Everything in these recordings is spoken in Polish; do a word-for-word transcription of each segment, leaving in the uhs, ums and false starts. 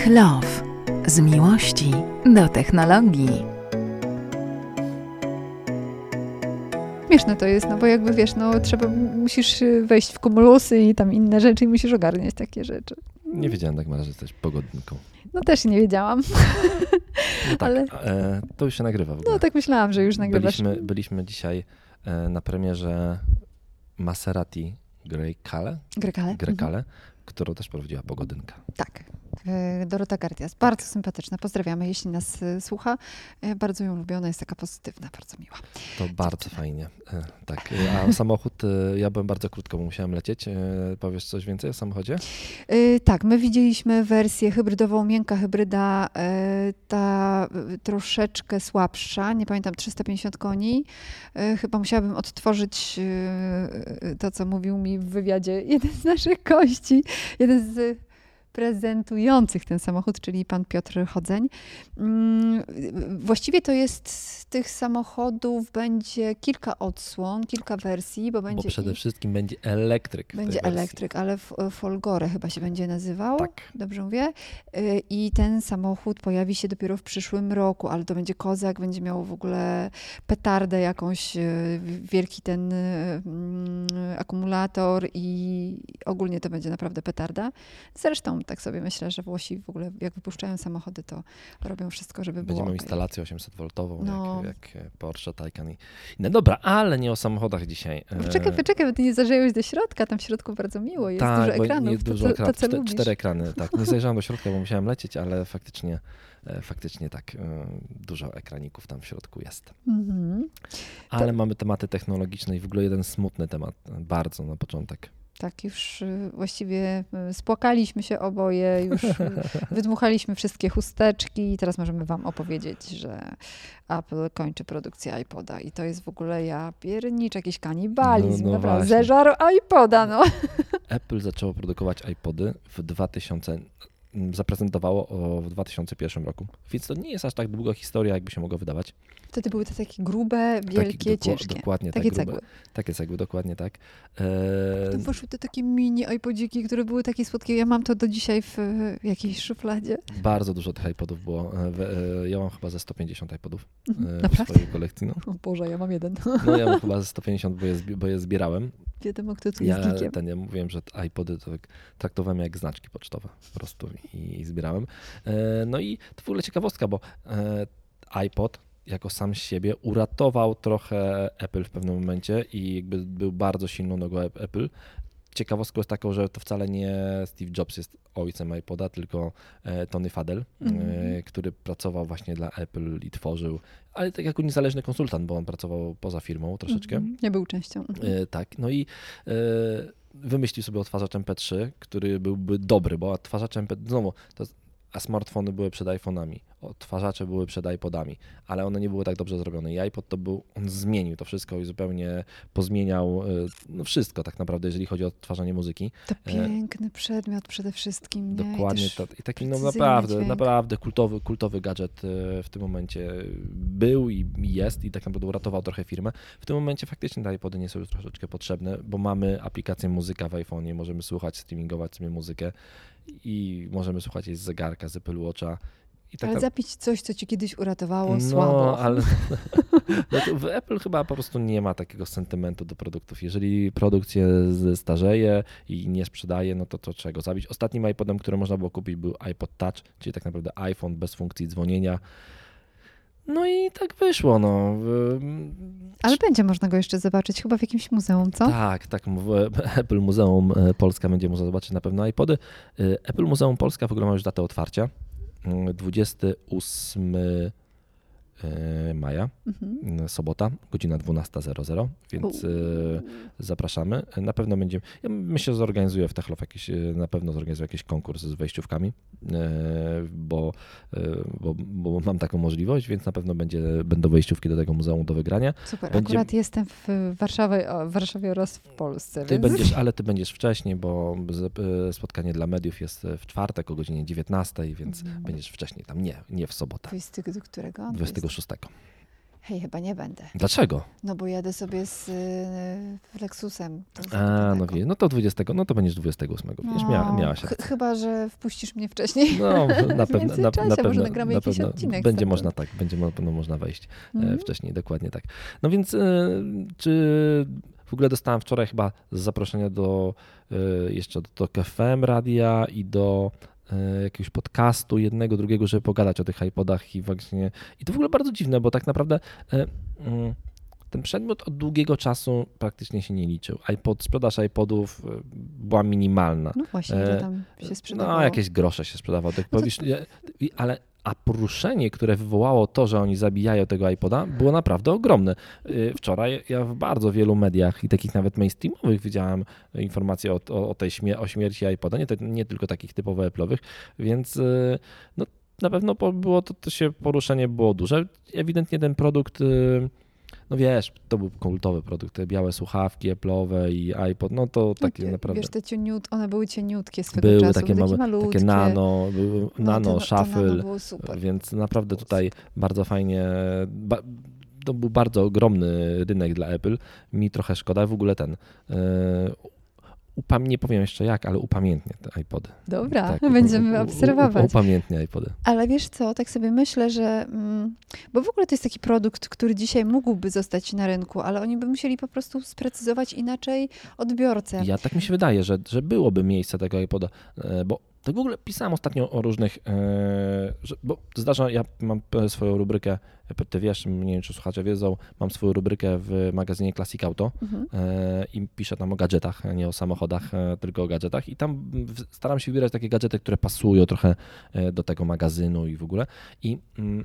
Love. Z miłości do technologii. Śmieszne to jest, no bo jakby wiesz, no trzeba, musisz wejść w kumulusy i tam inne rzeczy i musisz ogarniać takie rzeczy. Nie wiedziałem tak że jesteś pogodynką. No też nie wiedziałam. No tak, ale... e, to już się nagrywa w ogóle. No tak myślałam, że już nagrywasz. Byliśmy, byliśmy dzisiaj e, na premierze Maserati Grecale, Grecale, Grecale mhm. którą też prowadziła pogodynka. Tak. Dorota Gardias. Bardzo sympatyczna. Pozdrawiamy, jeśli nas słucha. Bardzo ją lubię. Ona jest taka pozytywna, bardzo miła. To bardzo Dziewczyna. Fajnie. Tak. A samochód, ja byłem bardzo krótko, bo musiałem lecieć. Powiesz coś więcej o samochodzie? Tak, my widzieliśmy wersję hybrydową, miękka hybryda, ta troszeczkę słabsza. Nie pamiętam, trzysta pięćdziesiąt koni. Chyba musiałabym odtworzyć to, co mówił mi w wywiadzie jeden z naszych gości. Jeden z prezentujących ten samochód, czyli pan Piotr Chodzeń. Właściwie to jest z tych samochodów będzie kilka odsłon, kilka wersji, bo będzie... Bo przede i... wszystkim będzie elektryk. Będzie elektryk, ale Folgore chyba się będzie nazywał. Tak. Dobrze mówię? I ten samochód pojawi się dopiero w przyszłym roku, ale to będzie kozak, będzie miał w ogóle petardę jakąś, wielki ten akumulator i ogólnie to będzie naprawdę petarda. Zresztą tak sobie myślę, że Włosi w ogóle jak wypuszczają samochody, to robią wszystko, żeby Będzie było... miał instalację osiemset woltową, no. jak, jak Porsche Taycan. I... No dobra, ale nie o samochodach dzisiaj. Poczekaj, poczekaj, bo ty nie zajrzałeś do środka, tam w środku bardzo miło, jest tak, dużo ekranów, jest to, dużo to, ekranów. to, co Cztery, lubisz. cztery ekrany, tak. Nie zajrzałem do środka, bo musiałem lecieć, ale faktycznie, faktycznie tak, dużo ekraników tam w środku jest. Mm-hmm. Ale to... mamy tematy technologiczne i w ogóle jeden smutny temat, bardzo na początek. Tak, już właściwie spłakaliśmy się oboje, już wydmuchaliśmy wszystkie chusteczki i teraz możemy wam opowiedzieć, że Apple kończy produkcję iPoda i to jest w ogóle ja piernicz, jakiś kanibalizm, no, no naprawdę, zeżarł iPoda, no. Apple zaczęło produkować iPody w dwa tysiące zaprezentowało o, w dwa tysiące pierwszym roku, więc to nie jest aż tak długa historia, jakby się mogło wydawać. Wtedy były te takie grube, wielkie, doku- ciężkie. Dokładnie takie tak, cegły. Grube, takie cegły, dokładnie tak. E... Tam poszły te takie mini iPodziki, które były takie słodkie. Ja mam to do dzisiaj w jakiejś szufladzie. Bardzo dużo tych iPodów było. Ja mam chyba ze sto pięćdziesiąt iPodów Naprawdę? w swojej kolekcji. No. O Boże, ja mam jeden. No ja mam chyba ze sto pięćdziesiąt, bo je, bo je zbierałem. Wiadomo, kto tu ja, jest geekiem. Ten, ja mówiłem, że iPody to traktowałem jak znaczki pocztowe po prostu i, i zbierałem. No i to w ogóle ciekawostka, bo iPod jako sam z siebie uratował trochę Apple w pewnym momencie i jakby był bardzo silną nogą Apple. Ciekawostką jest taką, że to wcale nie Steve Jobs jest ojcem iPoda, tylko Tony Fadell, mm-hmm. który pracował właśnie dla Apple i tworzył, ale tak jako niezależny konsultant, bo on pracował poza firmą troszeczkę. Mm-hmm. Nie był częścią. Mm-hmm. Tak, no i wymyślił sobie odtwarzacz em pe trzy, który byłby dobry, bo odtwarzacz em pe trzy, znowu, to a smartfony były przed iPhone'ami, odtwarzacze były przed iPodami, ale one nie były tak dobrze zrobione. I iPod to był, on zmienił to wszystko i zupełnie pozmieniał no wszystko tak naprawdę, jeżeli chodzi o odtwarzanie muzyki. To piękny przedmiot przede wszystkim. Dokładnie. Nie? To, I taki no naprawdę, dźwięk. naprawdę kultowy, kultowy gadżet w tym momencie był i jest i tak naprawdę uratował trochę firmę. W tym momencie faktycznie te iPody nie są już troszeczkę potrzebne, bo mamy aplikację muzyka w iPhone'ie, możemy słuchać, streamingować sobie muzykę i możemy słuchać jej z zegarka, z Apple Watcha. I tak ale tam... zapić coś, co ci kiedyś uratowało, no, słabo. Ale no to w Apple chyba po prostu nie ma takiego sentymentu do produktów. Jeżeli produkt się starzeje i nie sprzedaje, no to to trzeba go zabić. Ostatnim iPodem, który można było kupić, był iPod Touch, czyli tak naprawdę iPhone bez funkcji dzwonienia. No i tak wyszło, no. Ale będzie można go jeszcze zobaczyć chyba w jakimś muzeum, co? Tak, tak. Apple Muzeum Polska będzie można zobaczyć na pewno iPody. Apple Muzeum Polska w ogóle ma już datę otwarcia. dwudziestego ósmego maja, mhm. sobota, godzina dwunasta zero zero, więc U. zapraszamy. Na pewno będziemy, ja myślę, że zorganizuję w Techlof jakiś, na pewno zorganizuję jakiś konkurs z wejściówkami, bo, bo, bo mam taką możliwość, więc na pewno będzie, będą wejściówki do tego muzeum do wygrania. Super, będzie... akurat jestem w Warszawie, w Warszawie oraz w Polsce. Ty więc... będziesz, ale ty będziesz wcześniej, bo spotkanie dla mediów jest w czwartek o godzinie dziewiętnastej, więc mhm. będziesz wcześniej tam, nie, nie w sobotę. dwudziestego którego? dwudziestego szóstego. Hej, chyba nie będę. Dlaczego? No bo jadę sobie z y, Lexusem. To A, no wie, no to dwudziestego, no to będziesz dwudziestego ósmego. Wiesz, no, mia, miałaś ch- Chyba, że wpuścisz mnie wcześniej. No, na pewno, na, na pewno, może nagramy na jakiś pewno odcinek będzie z można tak, będzie na pewno można wejść Mhm. e, wcześniej, dokładnie tak. No więc e, czy w ogóle dostałem wczoraj chyba zaproszenie do e, jeszcze do Tok F M radia i do e, jakiegoś podcastu jednego, drugiego, żeby pogadać o tych iPodach i właśnie i to w ogóle bardzo dziwne, bo tak naprawdę e, mm, ten przedmiot od długiego czasu praktycznie się nie liczył. iPod, sprzedaż iPodów e, była minimalna. No właśnie, ile tam się sprzedawało. No, jakieś grosze się sprzedawało. Tak No to- powiesz, nie, i- ale a poruszenie, które wywołało to, że oni zabijają tego iPoda, było naprawdę ogromne. Yy, Wczoraj ja w bardzo wielu mediach i takich nawet mainstreamowych widziałem informacje o, o, o tej śmie- o śmierci iPoda, nie, te, nie tylko takich typowo Apple'owych, więc yy, no, na pewno po- było to, to się poruszenie było duże. Ewidentnie ten produkt, yy, no wiesz, to był kultowy produkt, te białe słuchawki Apple'owe i iPod, no to takie No, naprawdę... Wiesz, te cieniut, one były cieniutkie swego Były czasu, takie były małe, malutkie. takie nano, były No, nano, to, to shuffle, nano było super. więc naprawdę tutaj bardzo fajnie, ba, to był bardzo ogromny rynek dla Apple. Mi trochę szkoda, w ogóle ten, yy, upam, nie powiem jeszcze jak, ale upamiętnię te iPody. Dobra, Tak, będziemy u- u- obserwować. Upamiętnię iPody. Ale wiesz co, tak sobie myślę, że... Mm, bo w ogóle to jest taki produkt, który dzisiaj mógłby zostać na rynku, ale oni by musieli po prostu sprecyzować inaczej odbiorcę. Ja tak mi się wydaje, że, że byłoby miejsce tego iPoda, e, bo tak w ogóle pisałem ostatnio o różnych, e, że, bo zdarza, ja mam swoją rubrykę, ty wiesz, nie wiem czy słuchacze wiedzą, mam swoją rubrykę w magazynie Classic Auto Mhm. e, i piszę tam o gadżetach, nie o samochodach, e, tylko o gadżetach i tam w- staram się wybierać takie gadżety, które pasują trochę e, do tego magazynu i w ogóle i mm,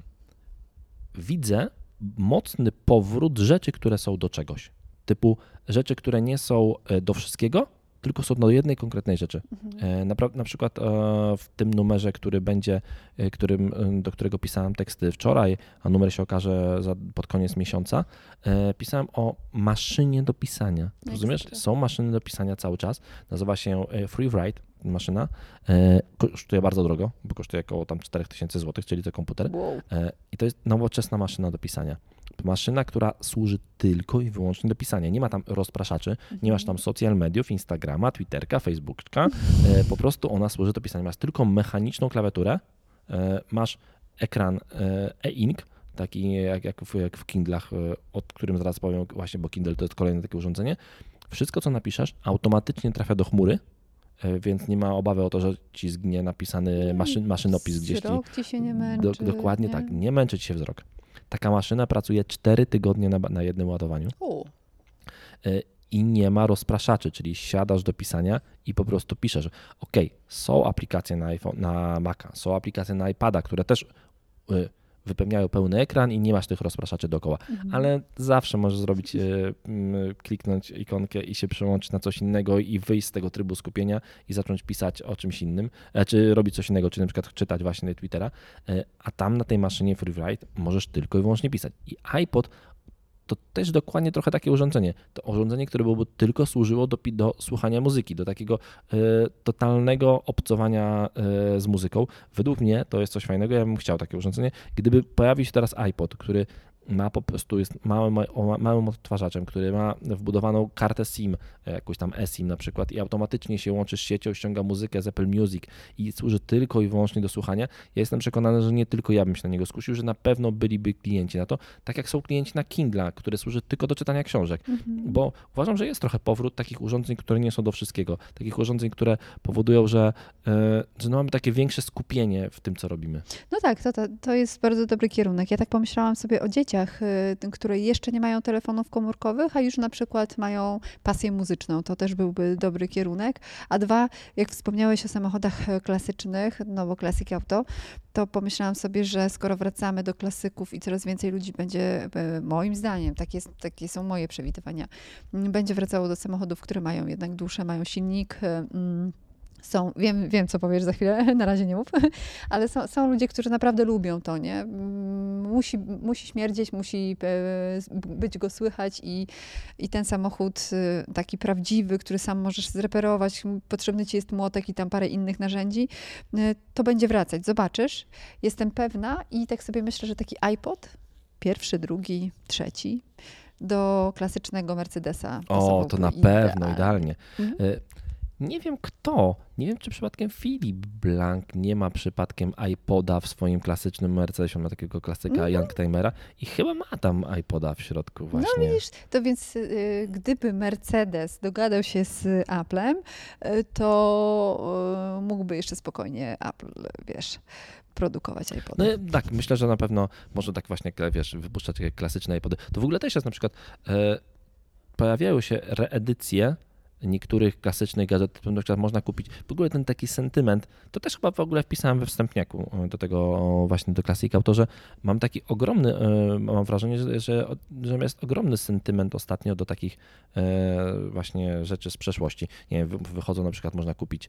widzę mocny powrót rzeczy, które są do czegoś. Typu rzeczy, które nie są e, do wszystkiego, tylko są do jednej konkretnej rzeczy. E, Na, pra- na przykład e, w tym numerze, który będzie, e, którym, e, do którego pisałem teksty wczoraj, a numer się okaże za, pod koniec miesiąca, e, pisałem o maszynie do pisania. Rozumiesz? Ekstra. Są maszyny do pisania cały czas. Nazywa się e, FreeWrite maszyna. E, Kosztuje bardzo drogo, bo kosztuje około tam cztery tysiące złotych, czyli to komputer. Wow. E, I to jest nowoczesna maszyna do pisania. Maszyna, która służy tylko i wyłącznie do pisania. Nie ma tam rozpraszaczy, nie masz tam social mediów, Instagrama, Twitterka, Facebooka. E, po prostu ona służy do pisania. Masz tylko mechaniczną klawiaturę, e, masz ekran e, e-ink, taki jak, jak, w, jak w Kindlach, e, o którym zaraz powiem właśnie, bo Kindle to jest kolejne takie urządzenie. Wszystko, co napiszesz, automatycznie trafia do chmury, e, więc nie ma obawy o to, że ci zginie napisany maszyn, maszynopis gdzieś ci. Wzrok ci się nie Do, męczy. dokładnie nie? tak, nie męczyć się wzrok. Taka maszyna pracuje cztery tygodnie na, na jednym ładowaniu U, y, i nie ma rozpraszaczy, czyli siadasz do pisania i po prostu piszesz. Ok, są aplikacje na iPhone, na Maca, są aplikacje na iPada, które też y, wypełniają pełny ekran i nie masz tych rozpraszaczy dookoła, Mhm. ale zawsze możesz zrobić, y, y, kliknąć ikonkę i się przełączyć na coś innego i wyjść z tego trybu skupienia i zacząć pisać o czymś innym, e, czy robić coś innego, czy na przykład czytać właśnie Twittera, e, a tam na tej maszynie FreeWrite możesz tylko i wyłącznie pisać. I iPod to też dokładnie trochę takie urządzenie. To urządzenie, które byłoby tylko służyło do, pi- do słuchania muzyki, do takiego e, totalnego obcowania e, z muzyką. Według mnie to jest coś fajnego, ja bym chciał takie urządzenie. Gdyby pojawił się teraz iPod, który ma po prostu, jest małym, o- małym odtwarzaczem, który ma wbudowaną kartę SIM, e, jakąś tam eSIM na przykład i automatycznie się łączy z siecią, ściąga muzykę z Apple Music i służy tylko i wyłącznie do słuchania. Ja jestem przekonany, że nie tylko ja bym się na niego skusił, że na pewno byliby klienci na to, tak jak są klienci na Kindle, które służy tylko do czytania książek, Mhm. bo uważam, że jest trochę powrót takich urządzeń, które nie są do wszystkiego, takich urządzeń, które powodują, że, e, że no mamy takie większe skupienie w tym, co robimy. No tak, to, to, to jest bardzo dobry kierunek. Ja tak pomyślałam sobie o dzieciach, y, które jeszcze nie mają telefonów komórkowych, a już na przykład mają pasję muzyczną. To też byłby dobry kierunek. A dwa, jak wspomniałeś o samochodach e, klasycznych, no bo Classic Auto, to pomyślałam sobie, że skoro wracamy do klasyków i coraz więcej ludzi będzie, e, moim zdaniem, takie, takie są moje przewidywania, m, będzie wracało do samochodów, które mają jednak duszę, mają silnik, e, mm, są, wiem, wiem, co powiesz za chwilę, na razie nie mów, ale są, są ludzie, którzy naprawdę lubią to, nie? Mm, Musi, musi śmierdzieć, musi e, być go słychać i, i ten samochód e, taki prawdziwy, który sam możesz zreperować, potrzebny ci jest młotek i tam parę innych narzędzi, e, to będzie wracać. Zobaczysz, jestem pewna i tak sobie myślę, że taki iPod pierwszy, drugi, trzeci do klasycznego Mercedesa. O, to na idealnie. pewno, idealnie. Mhm. Y, Nie wiem kto, nie wiem czy przypadkiem Philip Blanc nie ma przypadkiem iPoda w swoim klasycznym Mercedesie, on ma takiego klasyka Mhm. Youngtimera i chyba ma tam iPoda w środku właśnie. No widzisz, to więc y, gdyby Mercedes dogadał się z Applem, y, to y, mógłby jeszcze spokojnie Apple, wiesz, produkować iPody. No tak, myślę, że na pewno może tak właśnie, wiesz, wypuszczać takie klasyczne iPody. To w ogóle też jest na przykład, e, pojawiają się reedycje niektórych klasycznych gadżetów, na przykład można kupić. W ogóle ten taki sentyment, to też chyba w ogóle wpisałem we wstępniaku do tego właśnie do Classic Auto, że mam taki ogromny, mam wrażenie, że, że, że jest ogromny sentyment ostatnio do takich właśnie rzeczy z przeszłości. Nie wiem, wychodzą na przykład, można kupić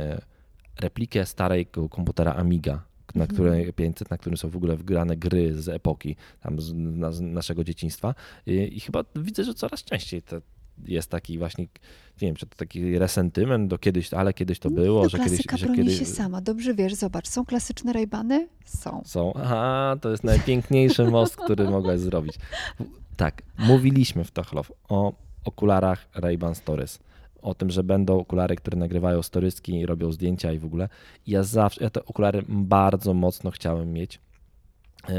replikę starego komputera Amiga, na której pięćset, na którym są w ogóle wgrane gry z epoki, tam z, na, z naszego dzieciństwa i, i chyba widzę, że coraz częściej te jest taki właśnie, nie wiem, czy to taki resentyment do kiedyś, ale kiedyś to było, no, że kiedyś... klasyka że broni kiedyś się sama. Dobrze wiesz, zobacz, są klasyczne Ray-Bany? Są. Są. Aha, to jest najpiękniejszy most, który mogłaś zrobić. Tak, mówiliśmy w Tochlow o okularach Ray-Ban Stories. O tym, że będą okulary, które nagrywają storyski i robią zdjęcia i w ogóle. I ja zawsze, ja te okulary bardzo mocno chciałem mieć. Yy,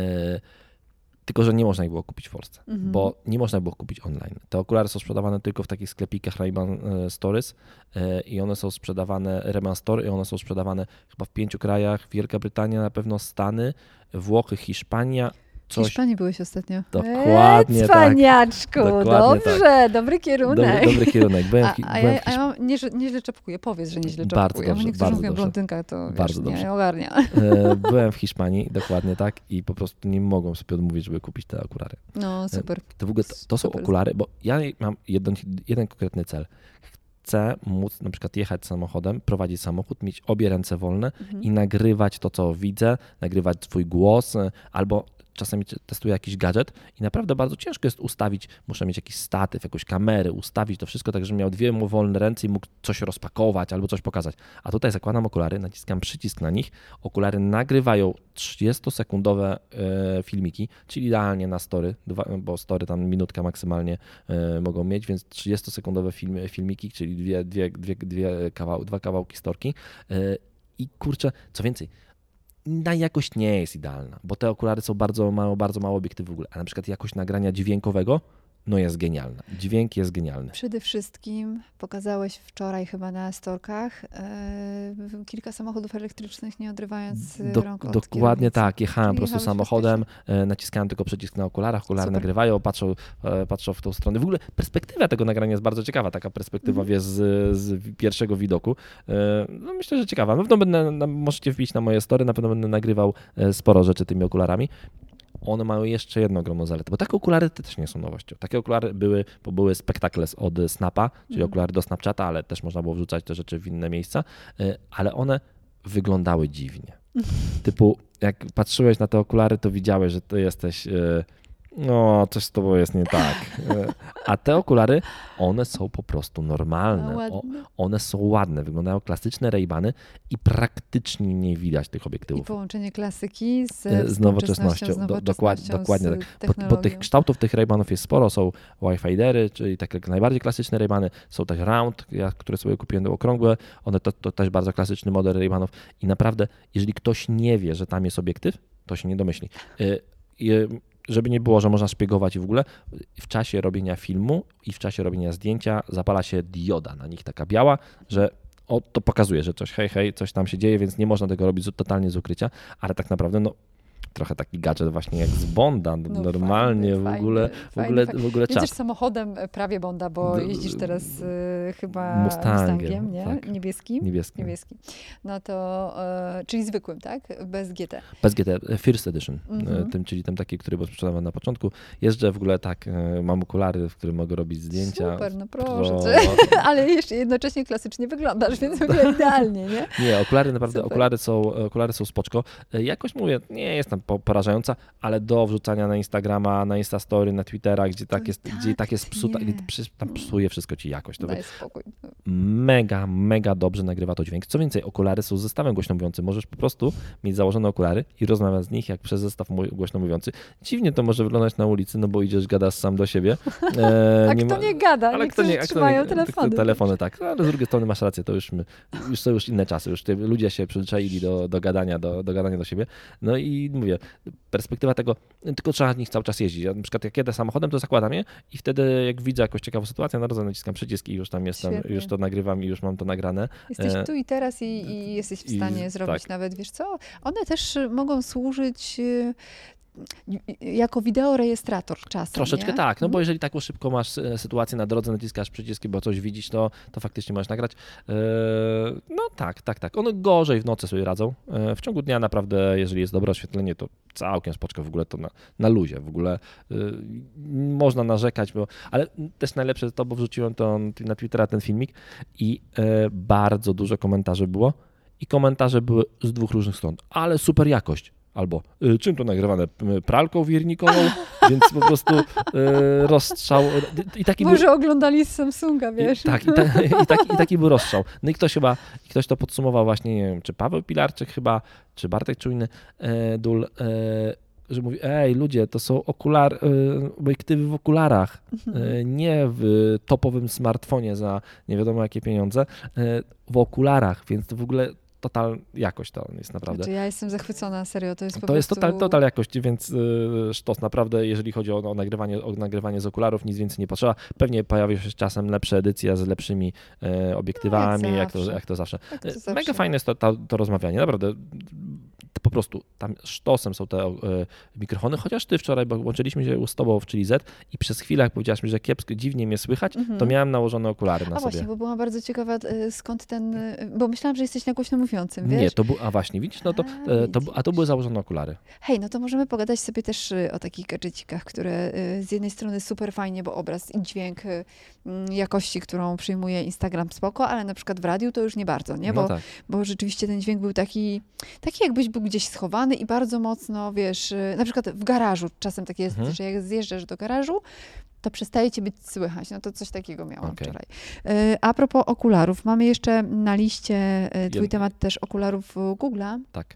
Tylko, że nie można ich było kupić w Polsce, mhm. bo nie można było kupić online. Te okulary są sprzedawane tylko w takich sklepikach Ray-Ban Stories i one są sprzedawane, Ray-Ban Store, i one są sprzedawane chyba w pięciu krajach, Wielka Brytania, na pewno Stany, Włochy, Hiszpania. Coś... W Hiszpanii byłeś ostatnio. Dokładnie eee, tak. Cwaniaczku, Dokładnie dobrze, tak. dobry kierunek. Dobry, dobry kierunek. Byłem, a, w, a, byłem ja, w Hiszp... a ja mam, nieźle, nieźle czapkuję, powiedz, że nieźle bardzo czapkuję. Dobrze, Niektórzy bardzo mówią dobrze. blondynka, to wiesz, bardzo nie dobrze. ogarnia. Byłem w Hiszpanii, dokładnie tak, i po prostu nie mogłem sobie odmówić, żeby kupić te okulary. No super. To w ogóle to, to są super. okulary, bo ja mam jeden, jeden konkretny cel. Chcę móc na przykład jechać samochodem, prowadzić samochód, mieć obie ręce wolne mhm. i nagrywać to, co widzę, nagrywać swój głos, albo czasami testuję jakiś gadżet i naprawdę bardzo ciężko jest ustawić, muszę mieć jakiś statyw, jakąś kamerę, ustawić to wszystko tak, żebym miał dwie wolne ręce i mógł coś rozpakować albo coś pokazać. A tutaj zakładam okulary, naciskam przycisk na nich, okulary nagrywają trzydziestosekundowe e, filmiki, czyli idealnie na story, dwa, bo story tam minutka maksymalnie e, mogą mieć, więc trzydziestosekundowe film, filmiki, czyli dwie, dwie, dwie, dwie kawał, dwa kawałki storki e, i kurczę, co więcej, na jakość nie jest idealna, bo te okulary są bardzo mało, bardzo mało obiektyw w ogóle, a na przykład jakość nagrania dźwiękowego no jest genialna. Dźwięk jest genialny. Przede wszystkim pokazałeś wczoraj chyba na storkach e, kilka samochodów elektrycznych, nie odrywając Do, rąk od Dokładnie kierownicy. tak. Jechałem Czyli po prostu samochodem, faktycznie. naciskałem tylko przycisk na okularach, okulary Super. nagrywają, patrzą, patrzą w tą stronę. W ogóle perspektywa tego nagrania jest bardzo ciekawa, taka perspektywa mm-hmm. z, z pierwszego widoku. No myślę, że ciekawa. Na pewno będę, możecie wbić na moje story, na pewno będę nagrywał sporo rzeczy tymi okularami. One mają jeszcze jedną ogromną zaletę, bo takie okulary też nie są nowością. Takie okulary były, bo były Spectacles od Snapa, czyli mm. okulary do Snapchata, ale też można było wrzucać te rzeczy w inne miejsca, ale one wyglądały dziwnie. Typu, jak patrzyłeś na te okulary, to widziałeś, że ty jesteś, no coś z tobą jest nie tak. A te okulary, one są po prostu normalne. O, one są ładne, wyglądają klasyczne Ray-Bany i praktycznie nie widać tych obiektywów. I połączenie klasyki z, z nowoczesnością. Z nowoczesnością dokładnie, dokładnie tak. Bo, bo tych technologią. kształtów tych Ray-Banów jest sporo. Są Wi-Fi-dery, czyli takie najbardziej klasyczne Ray-Bany. Są też round, ja, które sobie kupiłem okrągłe. One to, to też bardzo klasyczny model Ray-Banów. I naprawdę, jeżeli ktoś nie wie, że tam jest obiektyw, to się nie domyśli. Y, y, żeby nie było, że można szpiegować i w ogóle, w czasie robienia filmu i w czasie robienia zdjęcia zapala się dioda na nich taka biała, że o, to pokazuje, że coś hej, hej, coś tam się dzieje, więc nie można tego robić totalnie z ukrycia, ale tak naprawdę no trochę taki gadżet właśnie jak z Bonda, no, normalnie fajny, w ogóle, fajny, w ogóle, fajny. w ogóle czas. Jedziesz samochodem prawie Bonda, bo jeździsz teraz y, chyba Mustangiem, Mustangiem, nie? Tak. Niebieskim? Niebieskim. Niebieski. No to, y, czyli zwykłym, tak? Bez G T. Bez G T, First Edition, Mm-hmm. tym, czyli ten taki, który był sprzedawany na początku. Jeżdżę w ogóle tak, mam okulary, w których mogę robić zdjęcia. Super, no proszę Pro... cię. Ale jeszcze jednocześnie klasycznie wyglądasz, więc w ogóle idealnie, nie? Nie, okulary naprawdę, Super. okulary są, okulary są spoczko. Jakoś mówię, nie jest tam po, porażająca, ale do wrzucania na Instagrama, na Instastory, na Twittera, gdzie tak jest, tak, gdzie tak jest psuta, nie. tam psuje wszystko ci jakość. To Daj spokój. mega, mega dobrze nagrywa to dźwięk. Co więcej, okulary są zestawem głośnomówiącym. Możesz po prostu mieć założone okulary i rozmawiać z nich jak przez zestaw głośnomówiący. Dziwnie to może wyglądać na ulicy, no bo idziesz, gadasz sam do siebie. E, a nie kto ma... nie gada? Ale kto nie, trzymają telefony. telefony, tak. Ale z drugiej strony masz rację, to już, my, już są już inne czasy. Już ludzie się przyzwyczaili do, do, gadania, do, do gadania do siebie. No i mówię, perspektywa tego, tylko trzeba w nich cały czas jeździć. Ja na przykład jak jedę samochodem, to zakładam je i wtedy jak widzę jakąś ciekawą sytuację, na razie naciskam przycisk i już tam jestem, Świetnie. już to nagrywam i już mam to nagrane. Jesteś tu i teraz i, i jesteś w stanie I, zrobić tak. nawet, wiesz co, one też mogą służyć jako wideorejestrator czasem. Troszeczkę nie? tak, no bo jeżeli taką szybko masz sytuację na drodze, naciskasz przyciski, bo coś widzisz, to, to faktycznie możesz nagrać. No tak, tak, tak. One gorzej w nocy sobie radzą. W ciągu dnia naprawdę, jeżeli jest dobre oświetlenie, to całkiem spoczko, w ogóle to na, na luzie, w ogóle można narzekać, bo, ale też najlepsze jest to, bo wrzuciłem to na Twittera ten filmik i bardzo dużo komentarzy było i komentarze były z dwóch różnych stron, ale super jakość. Albo y, czym to nagrywane? Pralką wirnikową, więc po prostu y, rozstrzał. I taki Może był, oglądali z Samsunga, wiesz. I, tak, i, ta, i, taki, i taki był rozstrzał. No i ktoś chyba, ktoś to podsumował właśnie, nie wiem, czy Paweł Pilarczyk chyba, czy Bartek Czujny, e, Dul, e, że mówi, ej ludzie, to są okular, e, obiektywy w okularach, e, nie w topowym smartfonie za nie wiadomo jakie pieniądze, e, w okularach, więc to w ogóle total jakość to jest naprawdę. Znaczy ja jestem zachwycona, serio, to jest po To prostu... jest total, total jakość, więc yy, sztos naprawdę, jeżeli chodzi o, o, nagrywanie, o nagrywanie z okularów, nic więcej nie potrzeba. Pewnie pojawi się czasem lepsze edycje z lepszymi e, obiektywami, No, jak jak, to, jak to zawsze. Jak to E, zawsze. Mega fajne jest to, to, to rozmawianie, naprawdę. Po prostu tam sztosem są te e, mikrofony, chociaż ty wczoraj, bo łączyliśmy się z tobą w Chili Z i przez chwilę, jak powiedziałaś mi, że kiepsko, dziwnie mnie słychać, Mhm. to miałem nałożone okulary na A sobie. właśnie, bo byłam bardzo ciekawa, e, skąd ten... e, Bo myślałam, że jesteś na głośno mówiącym, wiesz? Nie, to był, a właśnie, widzisz, no to, A, e, to, widzisz. a to były założone okulary. Hej, no to możemy pogadać sobie też y, o takich gadżecikach, które y, z jednej strony super fajnie, bo obraz i dźwięk y, mm, jakości, którą przyjmuje Instagram spoko, ale na przykład w radiu to już nie bardzo, nie? Bo, No tak. bo rzeczywiście ten dźwięk był taki, taki jakbyś był gdzieś schowany i bardzo mocno, wiesz, y, na przykład w garażu czasem tak jest, Mhm. że jak zjeżdżasz do garażu, to przestaje cię być słychać. No to coś takiego miałam Okej. wczoraj. Y, a propos okularów, mamy jeszcze na liście y, twój Jed- temat też okularów Google'a. Tak.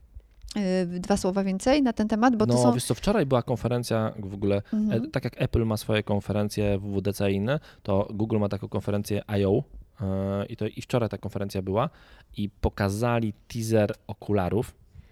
Y, Dwa słowa więcej na ten temat, bo no to są... wiesz co, wczoraj była konferencja w ogóle, Mhm. e, tak jak Apple ma swoje konferencje W W D C i inne, to Google ma taką konferencję I O e, i, to, i wczoraj ta konferencja była i pokazali teaser okularów,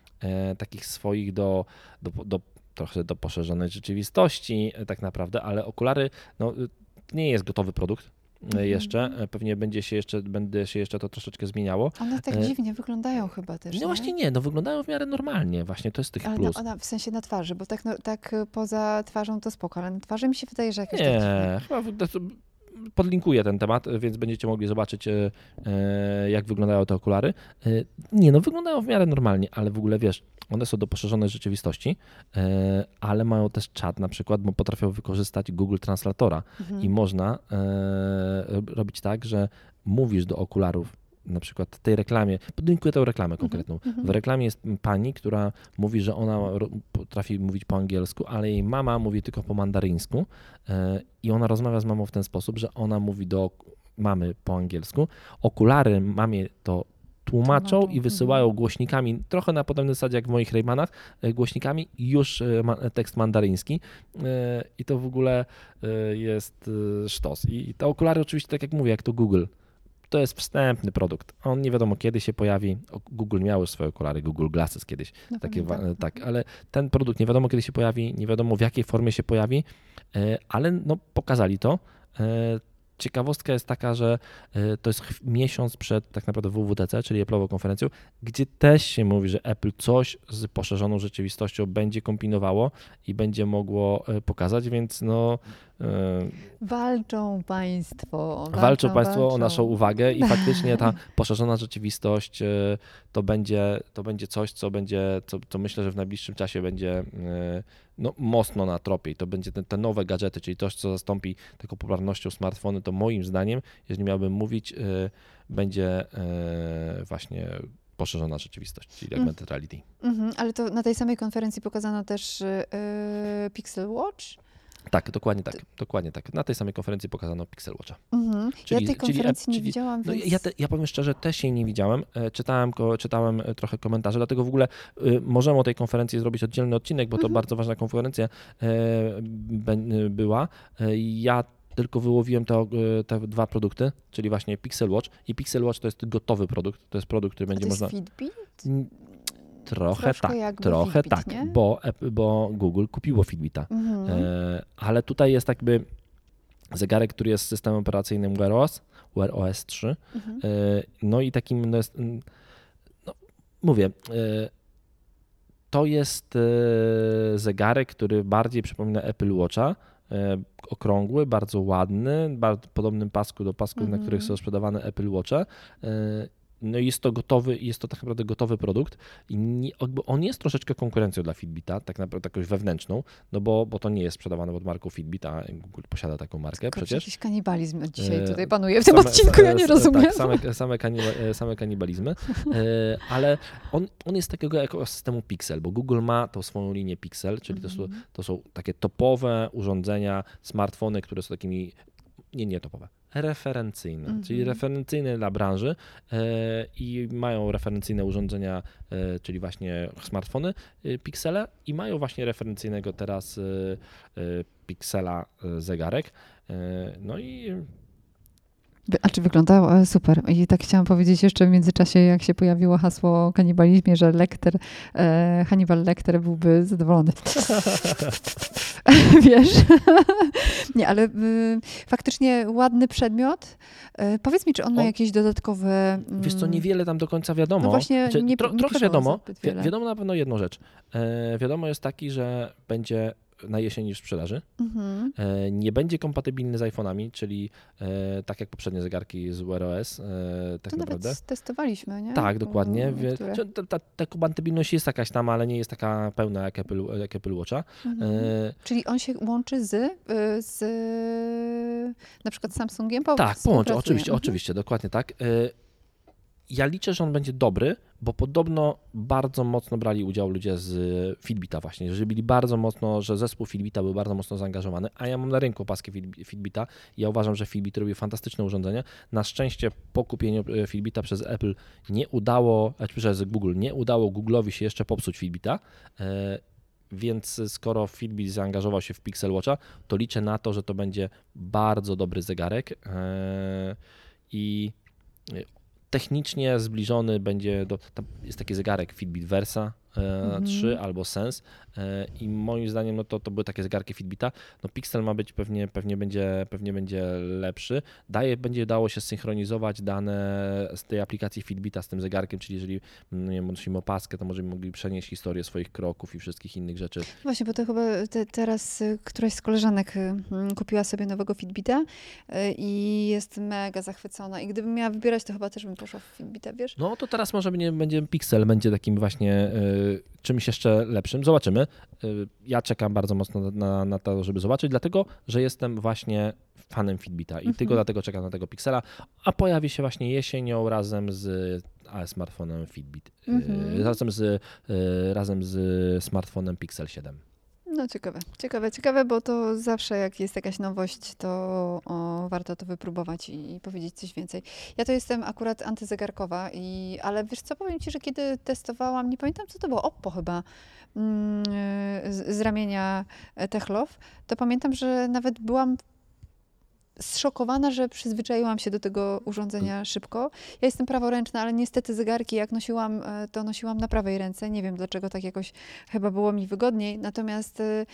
e, takich swoich do, do, do trochę do poszerzonej rzeczywistości e, tak naprawdę, ale okulary, no to nie jest gotowy produkt e, Mhm. jeszcze, e, pewnie będzie się jeszcze, będzie się jeszcze to troszeczkę zmieniało. One tak E, dziwnie wyglądają chyba też, No nie? właśnie nie, no wyglądają w miarę normalnie, właśnie to jest tych Ale plus. na, ona, w sensie na twarzy, bo tak, no, tak y, poza twarzą to spoko, ale na twarzy mi się wydaje, że jakoś tak dziwnie. Nie, chyba w- to- podlinkuję ten temat, więc będziecie mogli zobaczyć, e, e, jak wyglądają te okulary. E, Nie, no wyglądają w miarę normalnie, ale w ogóle wiesz, one są do poszerzonej rzeczywistości, e, ale mają też czat na przykład, bo potrafią wykorzystać Google Translatora Mhm. i można e, robić tak, że mówisz do okularów, na przykład w tej reklamie, podlinkuję tę reklamę konkretną. mhm. W reklamie jest pani, która mówi, że ona ro- potrafi mówić po angielsku, ale jej mama mówi tylko po mandaryńsku e, i ona rozmawia z mamą w ten sposób, że ona mówi do mamy po angielsku, okulary mamie to tłumaczą Tłumaczą, i wysyłają mhm. głośnikami, trochę na podobnej zasadzie jak w moich Raymanach, e, głośnikami już e, ma, tekst mandaryński e, i to w ogóle e, jest e, sztos. I, I te okulary oczywiście, tak jak mówię, jak to Google, to jest wstępny produkt. On nie wiadomo kiedy się pojawi. O, Google miał już swoje okulary, Google Glasses kiedyś. No, Takie, wa- pamiętam. tak, ale ten produkt nie wiadomo kiedy się pojawi, nie wiadomo w jakiej formie się pojawi, e, ale no, pokazali to. E, Ciekawostka jest taka, że e, to jest ch- miesiąc przed tak naprawdę W W D C, czyli Apple'ową konferencją, gdzie też się mówi, że Apple coś z poszerzoną rzeczywistością będzie kombinowało i będzie mogło e, pokazać, więc no e, Walczą państwo. Walczą, walczą Państwo walczą. o naszą uwagę i faktycznie ta poszerzona rzeczywistość e, to będzie, to będzie coś, co będzie, co, co myślę, że w najbliższym czasie będzie e, no, mocno na tropie i to będzie te, te nowe gadżety, czyli coś, co zastąpi taką popularnością smartfony, to moim zdaniem, jeżeli miałbym mówić, e, będzie e, właśnie poszerzona rzeczywistość, czyli Mm. augmented reality. Mhm, ale to na tej samej konferencji pokazano też yy, Pixel Watch. Tak, dokładnie tak, dokładnie tak. Na tej samej konferencji pokazano Pixel Watcha. Mhm. Czyli- Ja tej czyli konferencji app- nie czyli- widziałam, No więc... ja, te, ja powiem szczerze, też jej nie widziałem. E, Czytałem, ko- czytałem e, trochę komentarzy, dlatego w ogóle y, możemy o tej konferencji zrobić oddzielny odcinek, bo to Mhm. bardzo ważna konferencja e, bę- była. E, Ja tylko wyłowiłem te, e, te dwa produkty, czyli właśnie Pixel Watch i Pixel Watch to jest gotowy produkt, to jest produkt, który A będzie to jest można... Fitbit? Mm, Trochę Troszkę tak, jakby trochę Fitbit, tak, nie? bo, App- bo Google kupiło Fitbita. Mhm. E, ale tutaj jest jakby zegarek, który jest systemem operacyjnym Wear O S, Wear O S trzy. Mhm. E, no i takim, no jest, mm, no, mówię, e, to jest e, zegarek, który bardziej przypomina Apple Watcha, e, okrągły, bardzo ładny, bardzo podobnym pasku do pasków, Mhm. na których są sprzedawane Apple Watche. E, No i jest to gotowy, jest to tak naprawdę gotowy produkt i nie, jakby on jest troszeczkę konkurencją dla Fitbita, tak naprawdę jakąś wewnętrzną, no bo, bo to nie jest sprzedawane pod marką Fitbit, a Google posiada taką markę Kurczę, przecież. jakiś kanibalizm dzisiaj E, tutaj panuje w tym Same- odcinku, ja nie sa- rozumiem. Tak, same, same, kaniba- same kanibalizmy, e, ale on, on jest takiego ekosystemu Pixel, bo Google ma tą swoją linię Pixel, czyli to, są, Mhm. to są takie topowe urządzenia, smartfony, które są takimi, nie, nie topowe, referencyjne, Mhm. czyli referencyjne dla branży e, i mają referencyjne urządzenia, e, czyli właśnie smartfony e, Pixele i mają właśnie referencyjnego teraz e, e, Pixela e, zegarek. E, no i Wy- A czy wyglądało e, super. I tak chciałam powiedzieć jeszcze w międzyczasie, jak się pojawiło hasło o kanibalizmie, że Lecter, e, Hannibal Lecter byłby zadowolony. Wiesz? Nie, ale y, faktycznie ładny przedmiot. E, powiedz mi, czy on ma On- jakieś dodatkowe... Mm, wiesz co, niewiele tam do końca wiadomo. No właśnie Znaczy, nie- tro, nie trochę piszą wiadomo. zbyt Wi- wiele. wiadomo na pewno jedną rzecz. E, wiadomo jest taki, że będzie na jesieni w sprzedaży. Mhm. E, Nie będzie kompatybilny z iPhone'ami, czyli e, tak jak poprzednie zegarki z Wear O S, e, tak To naprawdę. nawet testowaliśmy, nie? Tak, dokładnie. Mm, Wie- niektóre. czy Ta, ta, ta kompatybilność jest jakaś tam, ale nie jest taka pełna jak Apple, jak Apple Watcha. Mhm. E, Czyli on się łączy z, y, z na przykład Samsungiem? Po, Tak, połączę, współpracuje. oczywiście, Mhm. oczywiście, dokładnie tak. E, Ja liczę, że on będzie dobry, bo podobno bardzo mocno brali udział ludzie z Fitbita właśnie, że byli bardzo mocno, że zespół Fitbita był bardzo mocno zaangażowany, a ja mam na rynku paskę Fit- Fitbita i ja uważam, że Fitbit robi fantastyczne urządzenie. Na szczęście po kupieniu e, Fitbita przez Apple nie udało, znaczy przez Google, nie udało Google'owi się jeszcze popsuć Fitbita, e, więc skoro Fitbit zaangażował się w Pixel Watcha, to liczę na to, że to będzie bardzo dobry zegarek e, i technicznie zbliżony będzie do, tam jest taki zegarek Fitbit Versa e, Mhm. trzy albo Sense e, i moim zdaniem no to, to były takie zegarki Fitbita. No Pixel ma być pewnie, pewnie, będzie, pewnie będzie lepszy. Daje, będzie dało się synchronizować dane z tej aplikacji Fitbita z tym zegarkiem, czyli jeżeli no nie wiem, nosimy opaskę, to możemy mogli przenieść historię swoich kroków i wszystkich innych rzeczy. Właśnie, bo to chyba te, teraz y, któraś z koleżanek y, mm, kupiła sobie nowego Fitbita y, i jest mega zachwycona. I gdybym miała wybierać, to chyba też bym poszła w Fitbita, wiesz? No to teraz może będzie, będzie Pixel, będzie takim właśnie y, czymś jeszcze lepszym. Zobaczymy. Y, ja czekam bardzo mocno na, na, na to, żeby zobaczyć, dlatego, że jestem właśnie fanem Fitbita i Mhm. tylko dlatego czekam na tego Pixela, a pojawi się właśnie jesienią razem z a, smartfonem Fitbit, y, Mhm. razem, z, y, razem z smartfonem Pixel siedem. No ciekawe, ciekawe, ciekawe, bo to zawsze jak jest jakaś nowość, to o, warto to wypróbować i, i powiedzieć coś więcej. Ja to jestem akurat antyzegarkowa, i, ale wiesz co, powiem ci, że kiedy testowałam, nie pamiętam co to było, Oppo chyba, mm, z, z ramienia Techlow, to pamiętam, że nawet byłam zszokowana, że przyzwyczaiłam się do tego urządzenia szybko. Ja jestem praworęczna, ale niestety zegarki jak nosiłam, e, to nosiłam na prawej ręce. Nie wiem dlaczego, tak jakoś chyba było mi wygodniej. Natomiast e,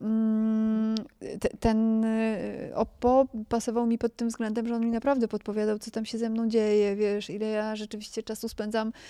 mm, te, ten e, Oppo pasował mi pod tym względem, że on mi naprawdę podpowiadał, co tam się ze mną dzieje, wiesz, ile ja rzeczywiście czasu spędzam e,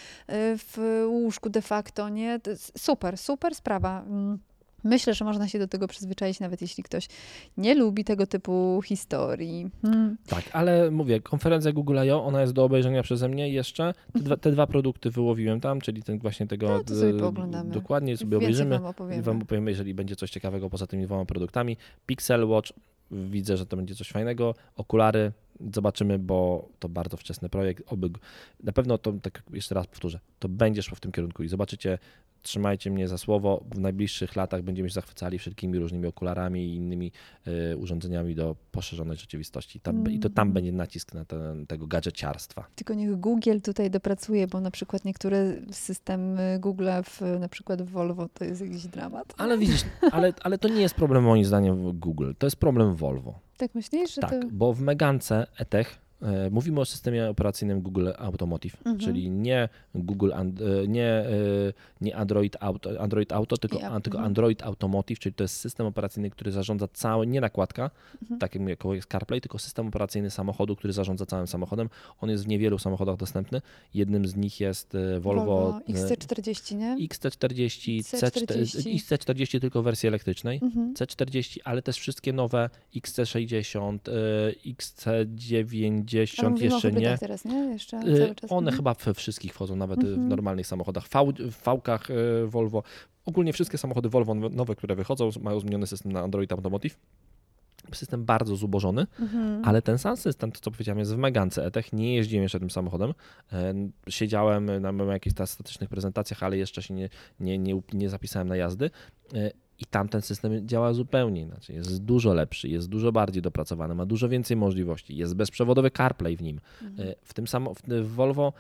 w łóżku de facto, nie? To jest super, super sprawa. Mm. Myślę, że można się do tego przyzwyczaić, nawet jeśli ktoś nie lubi tego typu historii. Hmm. Tak, ale mówię, konferencja Google I O, ona jest do obejrzenia przeze mnie jeszcze. Te dwa, te dwa produkty wyłowiłem tam, czyli ten właśnie tego... No, to sobie d- pooglądamy. Dokładnie sobie Więcej obejrzymy. wam opowiemy. Wam opowiemy, jeżeli będzie coś ciekawego poza tymi dwoma produktami. Pixel Watch, widzę, że to będzie coś fajnego. Okulary, Zobaczymy, bo to bardzo wczesny projekt. Oby, na pewno to, tak jeszcze raz powtórzę, to będzie szło w tym kierunku i zobaczycie, trzymajcie mnie za słowo, w najbliższych latach będziemy się zachwycali wszelkimi różnymi okularami i innymi y, urządzeniami do poszerzonej rzeczywistości. Tam, mm. I to tam będzie nacisk na ten, tego gadżeciarstwa. Tylko niech Google tutaj dopracuje, bo na przykład niektóre systemy Google'a w, na przykład w Volvo to jest jakiś dramat. Ale widzisz, ale, ale to nie jest problem moim zdaniem Google, to jest problem Volvo. Tak myślisz? Że tak, to... bo w Megance E-Tech mówimy o systemie operacyjnym Google Automotive, mhm. czyli nie Google, nie, nie Android Auto, Android Auto tylko, yeah. tylko Android Automotive, czyli to jest system operacyjny, który zarządza całym, nie nakładka, mhm. tak jak jest CarPlay, tylko system operacyjny samochodu, który zarządza całym samochodem. On jest w niewielu samochodach dostępny. Jednym z nich jest Volvo, Volvo X C czterdzieści, nie? X C czterdzieści, C czterdzieści. X C czterdzieści tylko w wersji elektrycznej, mhm. C czterdzieści, ale też wszystkie nowe X C sześćdziesiąt, X C dziewięćdziesiąt, jeszcze nie. Teraz, nie? Jeszcze cały czas. One mhm. chyba we wszystkich wchodzą, nawet mhm. w normalnych samochodach. V, w V-kach Volvo. Ogólnie wszystkie samochody Volvo nowe, które wychodzą, mają zmieniony system na Android Automotive. System bardzo zubożony, mhm. ale ten sam system, to co powiedziałem, jest w Megance E-Tech. Nie jeździłem jeszcze tym samochodem. Siedziałem na jakichś statycznych prezentacjach, ale jeszcze się nie, nie, nie, nie zapisałem na jazdy. I tam ten system działa zupełnie inaczej. Jest dużo lepszy, jest dużo bardziej dopracowany, ma dużo więcej możliwości. Jest bezprzewodowy CarPlay w nim. Mhm. W tym samo, w Volvo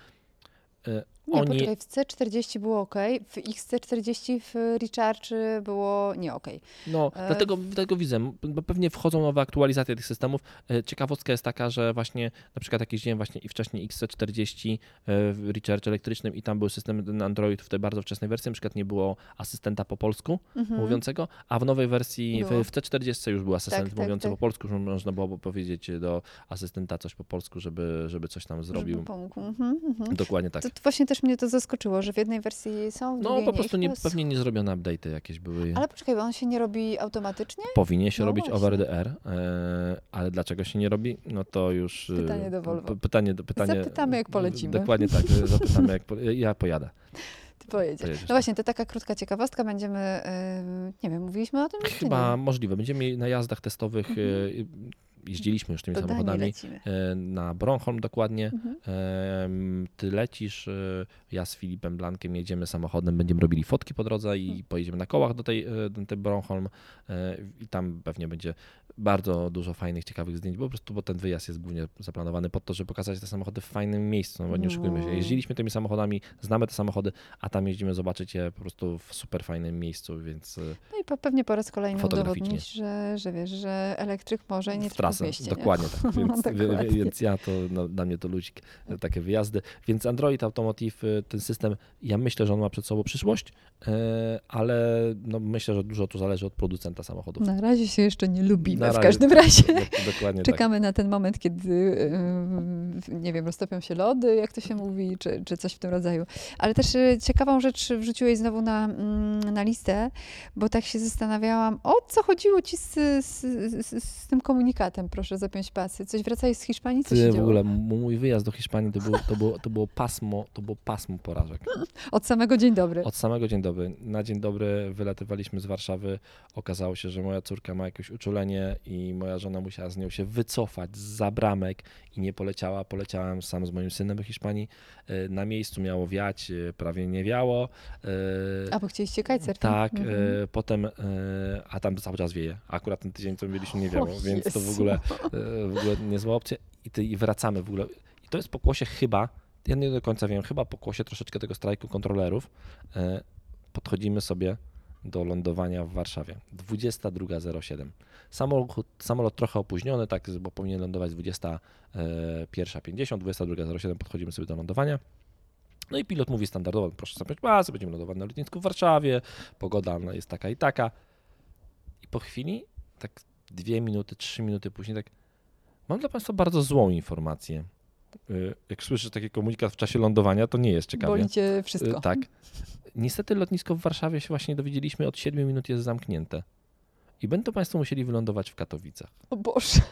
nie, oni... poczekaj, w C czterdzieści było ok, w X C czterdzieści w Recharge było nie ok. No, e... dlatego, dlatego widzę, bo pewnie wchodzą nowe aktualizacje tych systemów. Ciekawostka jest taka, że właśnie na przykład jak jeździłem właśnie i wcześniej X C czterdzieści w Recharge elektrycznym i tam był system na Android w tej bardzo wczesnej wersji, na przykład nie było asystenta po polsku mhm. mówiącego, a w nowej wersji w, w C czterdzieści już był asystent tak, mówiący tak, tak. po polsku, że można było powiedzieć do asystenta coś po polsku, żeby, żeby coś tam zrobił. Żeby pomógł. Mhm, mhm. Dokładnie tak. To, to właśnie też mnie to zaskoczyło, że w jednej wersji są, w No po prostu nie, jest... pewnie nie zrobione update'y jakieś były. Ale poczekaj, bo on się nie robi automatycznie? Powinien się no robić właśnie. over the air, e, ale dlaczego się nie robi? No to już... Pytanie do Volvo. Pytanie, pytanie, Zapytamy, jak polecimy. Dokładnie tak, zapytamy, jak po, ja pojadę. Ty pojedziesz. Pojedziesz. No właśnie, to taka krótka ciekawostka. Będziemy, yy, nie wiem, mówiliśmy o tym? Chyba możliwe. Będziemy na jazdach testowych mhm. yy, jeździliśmy już tymi to samochodami na Bornholm dokładnie. Mhm. Ty lecisz, ja z Filipem Blankiem jedziemy samochodem, będziemy robili fotki po drodze i mhm. pojedziemy na kołach do tej, do tej Bornholm i tam pewnie będzie bardzo dużo fajnych, ciekawych zdjęć, bo po prostu bo ten wyjazd jest głównie zaplanowany po to, żeby pokazać te samochody w fajnym miejscu, no bo nie oszukujmy się, jeździliśmy tymi samochodami, znamy te samochody, a tam jeździmy zobaczyć je po prostu w super fajnym miejscu, więc no i pewnie po raz kolejny udowodnić, że, że wiesz, że elektryk może nie tylko w mieście. Dokładnie nie? tak, więc, dokładnie. więc ja to, no, dla mnie to ludzik, takie wyjazdy, więc Android Automotive, ten system, ja myślę, że on ma przed sobą przyszłość, ale no, myślę, że dużo tu zależy od producenta samochodów. Na razie się jeszcze nie lubimy. Na w razie, każdym razie dokładnie czekamy tak. na ten moment, kiedy nie wiem, roztopią się lody, jak to się mówi, czy, czy coś w tym rodzaju. Ale też ciekawą rzecz wrzuciłeś znowu na, na listę, bo tak się zastanawiałam, o co chodziło ci z, z, z, z tym komunikatem, proszę zapiąć pasy. Coś wracałeś z Hiszpanii? Co się w działo? ogóle mój wyjazd do Hiszpanii to było, to było, to było pasmo, to było pasmo porażek. Od samego dzień dobry. Od samego dzień dobry. Na dzień dobry wylatywaliśmy z Warszawy. Okazało się, że moja córka ma jakieś uczulenie i moja żona musiała z nią się wycofać zza bramek i nie poleciała. Poleciałem sam z moim synem do Hiszpanii. Na miejscu miało wiać, prawie nie wiało. A bo chcieliście kitesurfing? Tak, mhm. potem, a tam cały czas wieje. Akurat ten tydzień to mieliśmy nie wiało, o więc Jezu. to w ogóle, w ogóle niezła opcja. I, ty, I wracamy w ogóle. I to jest pokłosie chyba, ja nie do końca wiem, chyba pokłosie troszeczkę tego strajku kontrolerów. Podchodzimy sobie do lądowania w Warszawie. dwudziesta druga zero siedem. Samolot, samolot trochę opóźniony, tak, bo powinien lądować dwudziesta pierwsza pięćdziesiąt, dwudziesta druga zero siedem, podchodzimy sobie do lądowania. No i pilot mówi standardowo, proszę zapiąć pasy, będziemy lądować na lotnisku w Warszawie, pogoda jest taka i taka. I po chwili, tak dwie minuty, trzy minuty później, tak mam dla Państwa bardzo złą informację. Jak słyszę taki komunikat w czasie lądowania, to nie jest ciekawie. Boli cię wszystko. Tak. Niestety lotnisko w Warszawie się właśnie dowiedzieliśmy, od siedmiu minut jest zamknięte. I będą Państwo musieli wylądować w Katowicach. O Boże.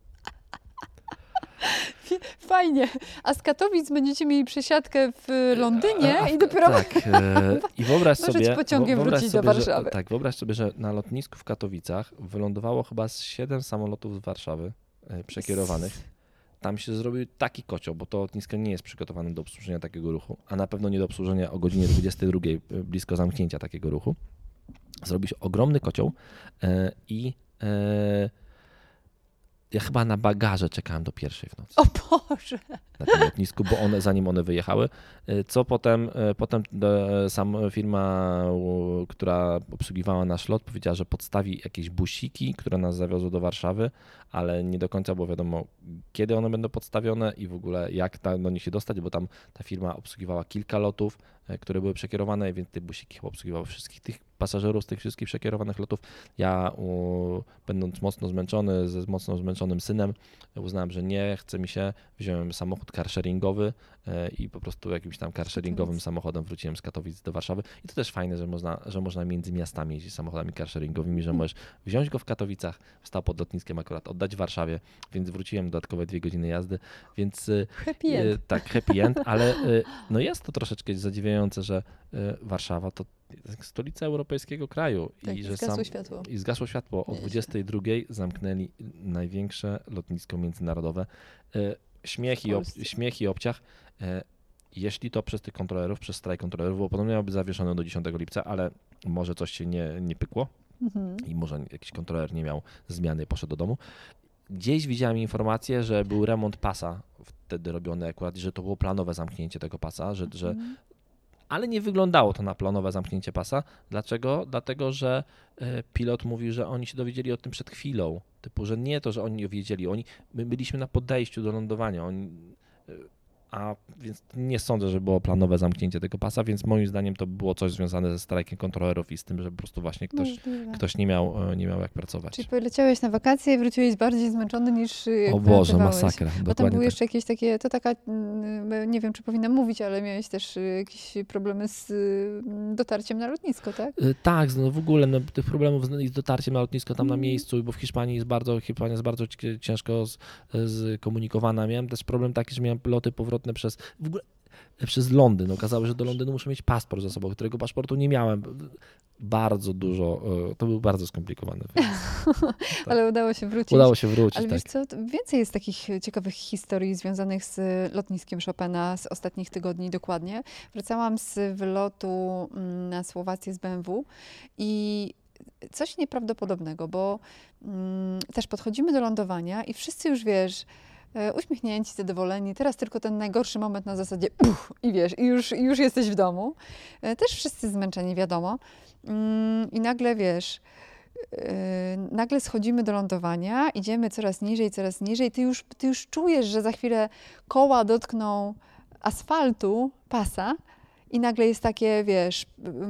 Fajnie. A z Katowic będziecie mieli przesiadkę w Londynie a, a, i dopiero... Tak. I wyobraź sobie... pociągiem wyobraź wrócić sobie, do Warszawy. Że, tak, wyobraź sobie, że na lotnisku w Katowicach wylądowało chyba z siedem samolotów z Warszawy przekierowanych. tam się zrobił taki kocioł, bo to lotnisko nie jest przygotowane do obsłużenia takiego ruchu, a na pewno nie do obsłużenia o godzinie dwudziestej drugiej blisko zamknięcia takiego ruchu. Zrobił się ogromny kocioł e, i e, ja chyba na bagaże czekałem do pierwszej w nocy. O Boże! Na tym lotnisku, bo one, zanim one wyjechały, co potem, potem sam firma, która obsługiwała nasz lot, powiedziała, że podstawi jakieś busiki, które nas zawiozły do Warszawy, ale nie do końca było wiadomo, kiedy one będą podstawione i w ogóle jak do nich się dostać, bo tam ta firma obsługiwała kilka lotów, które były przekierowane, więc te busiki chyba obsługiwały wszystkich tych pasażerów z tych wszystkich przekierowanych lotów. Ja u, będąc mocno zmęczony, ze mocno zmęczonym synem, uznałem, że nie, chce mi się, wziąłem samochód carsharingowy i po prostu jakimś tam carsharingowym samochodem wróciłem z Katowic do Warszawy. I to też fajne, że można, że można między miastami jeździć samochodami carsharingowymi, że możesz wziąć go w Katowicach, stał pod lotniskiem akurat, oddać w Warszawie, więc wróciłem dodatkowe dwie godziny jazdy, więc happy end. tak, happy end, ale no jest to troszeczkę zadziwiające, że Warszawa to stolica europejskiego kraju tak, i że zgasło sam, światło. I zgasło światło. O dwudziestej drugiej zamknęli największe lotnisko międzynarodowe. Śmiech i, ob, śmiech i obciach. Jeśli to przez tych kontrolerów, przez strajk kontrolerów, bo podobnie miało być zawieszone do dziesiątego lipca, ale może coś się nie, nie pykło mhm. i może jakiś kontroler nie miał zmiany i poszedł do domu. Gdzieś widziałem informację, że był remont pasa wtedy robiony akurat, że to było planowe zamknięcie tego pasa, że, mhm. że ale nie wyglądało to na planowe zamknięcie pasa. Dlaczego? Dlatego, że pilot mówił, że oni się dowiedzieli o tym przed chwilą. Typu, że nie to, że oni wiedzieli. Oni, my byliśmy na podejściu do lądowania. Oni, a więc nie sądzę, że było planowe zamknięcie tego pasa, więc moim zdaniem to było coś związane ze strajkiem kontrolerów i z tym, że po prostu właśnie ktoś, ktoś nie miał, nie miał jak pracować. Czyli poleciałeś na wakacje i wróciłeś bardziej zmęczony niż jak O Boże, masakra. Bo tam były tak. jeszcze jakieś takie, to taka, nie wiem czy powinnam mówić, ale miałeś też jakieś problemy z dotarciem na lotnisko, tak? Tak, no w ogóle no, tych problemów z dotarciem na lotnisko tam mm. na miejscu, bo w Hiszpanii jest bardzo, Hiszpania jest bardzo ciężko skomunikowana. Miałem też problem taki, że miałem loty powrotne przez w ogóle przez Londyn. Okazało się, że do Londynu muszę mieć paszport ze sobą, którego paszportu nie miałem. Bardzo dużo, to był bardzo skomplikowany. Więc, tak. Ale udało się wrócić. Udało się wrócić, Ale tak. wiesz co, więcej jest takich ciekawych historii związanych z lotniskiem Chopina z ostatnich tygodni dokładnie. Wracałam z wylotu na Słowację z B M W i coś nieprawdopodobnego, bo mm, też podchodzimy do lądowania i wszyscy już, wiesz, uśmiechnięci, zadowoleni. Teraz tylko ten najgorszy moment na zasadzie uff, i wiesz, i już, i już jesteś w domu. Też wszyscy zmęczeni, wiadomo. I nagle, wiesz, nagle schodzimy do lądowania, idziemy coraz niżej, coraz niżej. Ty już, ty już czujesz, że za chwilę koła dotkną asfaltu, pasa i nagle jest takie, wiesz...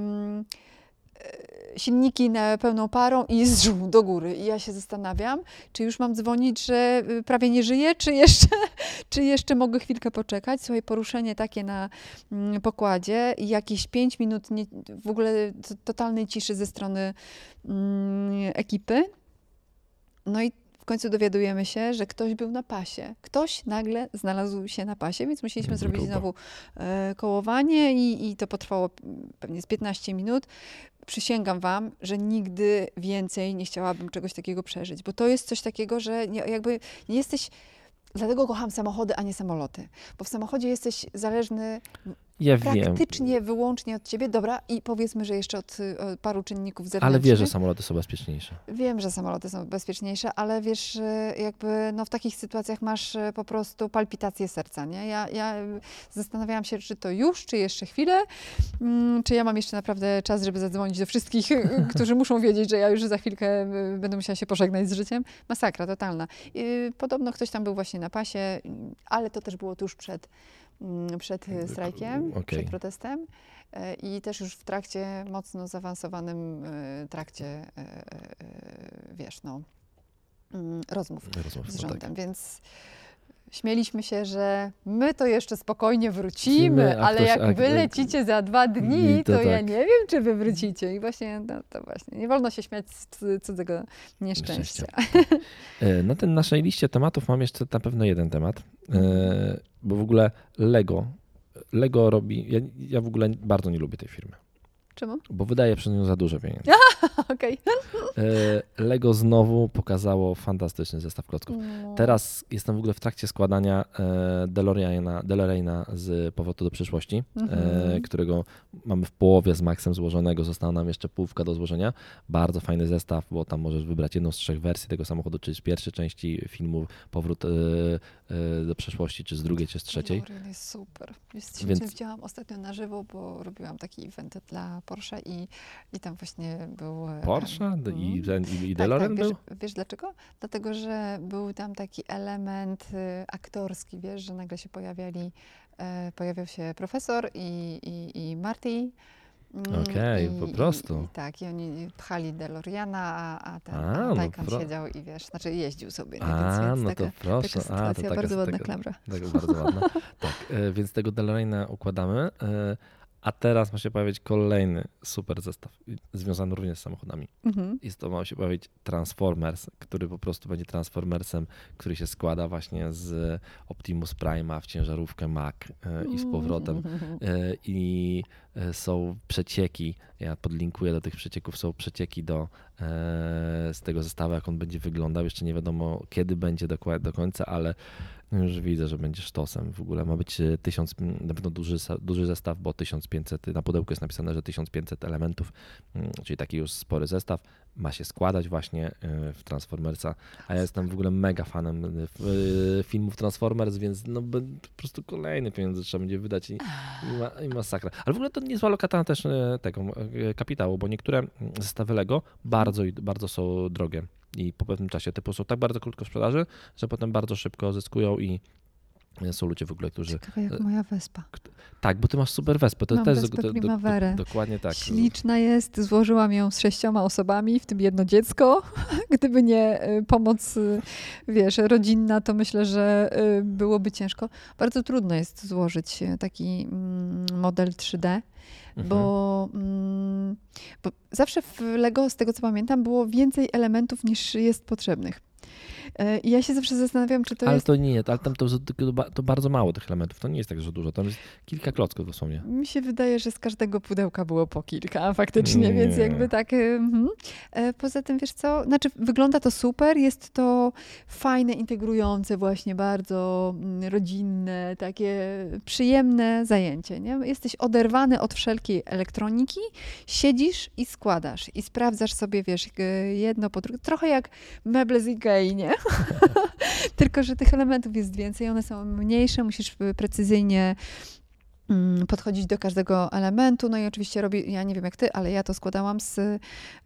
silniki na pełną parą i zżu do góry. I ja się zastanawiam, czy już mam dzwonić, że prawie nie żyję, czy jeszcze, czy jeszcze mogę chwilkę poczekać. Słuchaj, poruszenie takie na pokładzie i jakieś pięć minut nie, w ogóle totalnej ciszy ze strony mm, ekipy. No i w końcu dowiadujemy się, że ktoś był na pasie. Ktoś nagle znalazł się na pasie, więc musieliśmy zrobić znowu e, kołowanie i, i to potrwało pewnie z piętnaście minut. Przysięgam wam, że nigdy więcej nie chciałabym czegoś takiego przeżyć, bo to jest coś takiego, że nie, jakby nie jesteś... Dlatego kocham samochody, a nie samoloty. Bo w samochodzie jesteś zależny ja praktycznie wiem. wyłącznie od ciebie. Dobra, i powiedzmy, że jeszcze od, od paru czynników zewnętrznych. Ale wiesz, że samoloty są bezpieczniejsze. Wiem, że samoloty są bezpieczniejsze, ale wiesz, jakby no w takich sytuacjach masz po prostu palpitację serca, nie? Ja, ja zastanawiałam się, czy to już, czy jeszcze chwilę, czy ja mam jeszcze naprawdę czas, żeby zadzwonić do wszystkich, którzy muszą wiedzieć, że ja już za chwilkę będę musiała się pożegnać z życiem. Masakra totalna. Podobno ktoś tam był właśnie na pasie, ale to też było tuż przed przed strajkiem, okay. przed protestem i też już w trakcie, mocno zaawansowanym trakcie, wiesz, no, rozmów, rozmów z rządem, tak. Więc śmieliśmy się, że my to jeszcze spokojnie wrócimy, my, ale ktoś, jak a, wy lecicie za dwa dni, to, to tak. ja nie wiem, czy wy wrócicie. I właśnie, no, to właśnie, nie wolno się śmiać z cudzego nieszczęścia. Na tej naszej liście tematów mam jeszcze na pewno jeden temat, bo w ogóle Lego, Lego robi, ja, ja w ogóle bardzo nie lubię tej firmy. Czemu? Bo wydaje przez nią za dużo pieniędzy. Okej. Lego znowu pokazało fantastyczny zestaw klocków. No. Teraz jestem w ogóle w trakcie składania DeLoreana, DeLoreana z Powrotu do przyszłości, Mhm. którego mamy w połowie z Maxem złożonego. Została nam jeszcze połówka do złożenia. Bardzo fajny zestaw, bo tam możesz wybrać jedną z trzech wersji tego samochodu, czy z pierwszej części filmu Powrót do przyszłości, czy z drugiej, czy z trzeciej. DeLorean jest super. Jest, Więc- Więc... Widziałam ostatnio na żywo, bo robiłam taki event dla Porsche i, i tam właśnie był... e, Porsche mm, i, i, i tak, DeLorean tak, był? wiesz, wiesz dlaczego? Dlatego, że był tam taki element y, aktorski, wiesz, że nagle się pojawiali, e, pojawiał się profesor i, i, i Marty. Mm, Okej, i- po i- prostu. I, tak, i oni pchali DeLoreana, a, a ten A, a no Taycan pro- siedział i wiesz, znaczy jeździł sobie. nie? A, więc, więc no taka, to proszę. taka A, to sytuacja, taka- bardzo ładna taka- klamra. Tak, bardzo ładna. Tak, e, więc tego DeLoreana układamy, e, a teraz ma się pojawić kolejny super zestaw, i- związany również z samochodami. Mhm. Jest to, ma się pojawić Transformers, który po prostu będzie Transformersem, który się składa właśnie z Optimus Prime'a w ciężarówkę Mac e, i z powrotem. E, I e, są przecieki, ja podlinkuję do tych przecieków, są przecieki do, e, z tego zestawu, jak on będzie wyglądał. Jeszcze nie wiadomo, kiedy będzie dokładnie do końca, ale już widzę, że będzie sztosem. W ogóle ma być e, tysiąc, na pewno duży, sa- duży zestaw, bo tysiąc pięćset, na pudełku jest napisane, że tysiąc pięćset elementów, mm, czyli taki już spory zestaw. Ma się składać właśnie e, w Transformersa, a ja jestem w ogóle mega fanem e, e, filmów Transformers, więc no be- po prostu kolejne pieniądze trzeba będzie wydać i, i, ma, i masakra. Ale w ogóle to niezła lokata też e, tego e, kapitału, bo niektóre zestawy Lego bardzo, i- bardzo są drogie i po pewnym czasie typu są tak bardzo krótko w sprzedaży, że potem bardzo szybko zyskują i są ludzie w ogóle, którzy... Ciekawe jak moja wespa. Tak, bo ty masz super wespę. To Mam też wespę do, do, do, Primaverę. dokładnie tak. Śliczna jest, złożyłam ją z sześcioma osobami, w tym jedno dziecko. Gdyby nie y, pomoc, y, wiesz, rodzinna, to myślę, że y, byłoby ciężko. Bardzo trudno jest złożyć y, taki mm, model trzy D, Mhm. bo, mm, bo zawsze w Lego, z tego co pamiętam, było więcej elementów niż jest potrzebnych. Y, I ja się zawsze zastanawiam, czy to ale jest... to nie, ale tam to, to, to bardzo mało tych elementów. To nie jest tak, że dużo. Tam jest kilka klocków dosłownie. Mi się wydaje, że z każdego pudełka było po kilka faktycznie, więc Nie. jakby tak. mhm. E, Poza tym, wiesz co, znaczy wygląda to super, jest to fajne, integrujące właśnie, bardzo mm, rodzinne, takie przyjemne zajęcie, nie? Jesteś oderwany od wszelkiej elektroniki, siedzisz i składasz i sprawdzasz sobie, wiesz, e, jedno po drugim, trochę jak meble z Ikei, nie? Tylko że tych elementów jest więcej, one są mniejsze, musisz y, precyzyjnie mm, podchodzić do każdego elementu. No i oczywiście robię, ja nie wiem jak ty, ale ja to składałam z, e,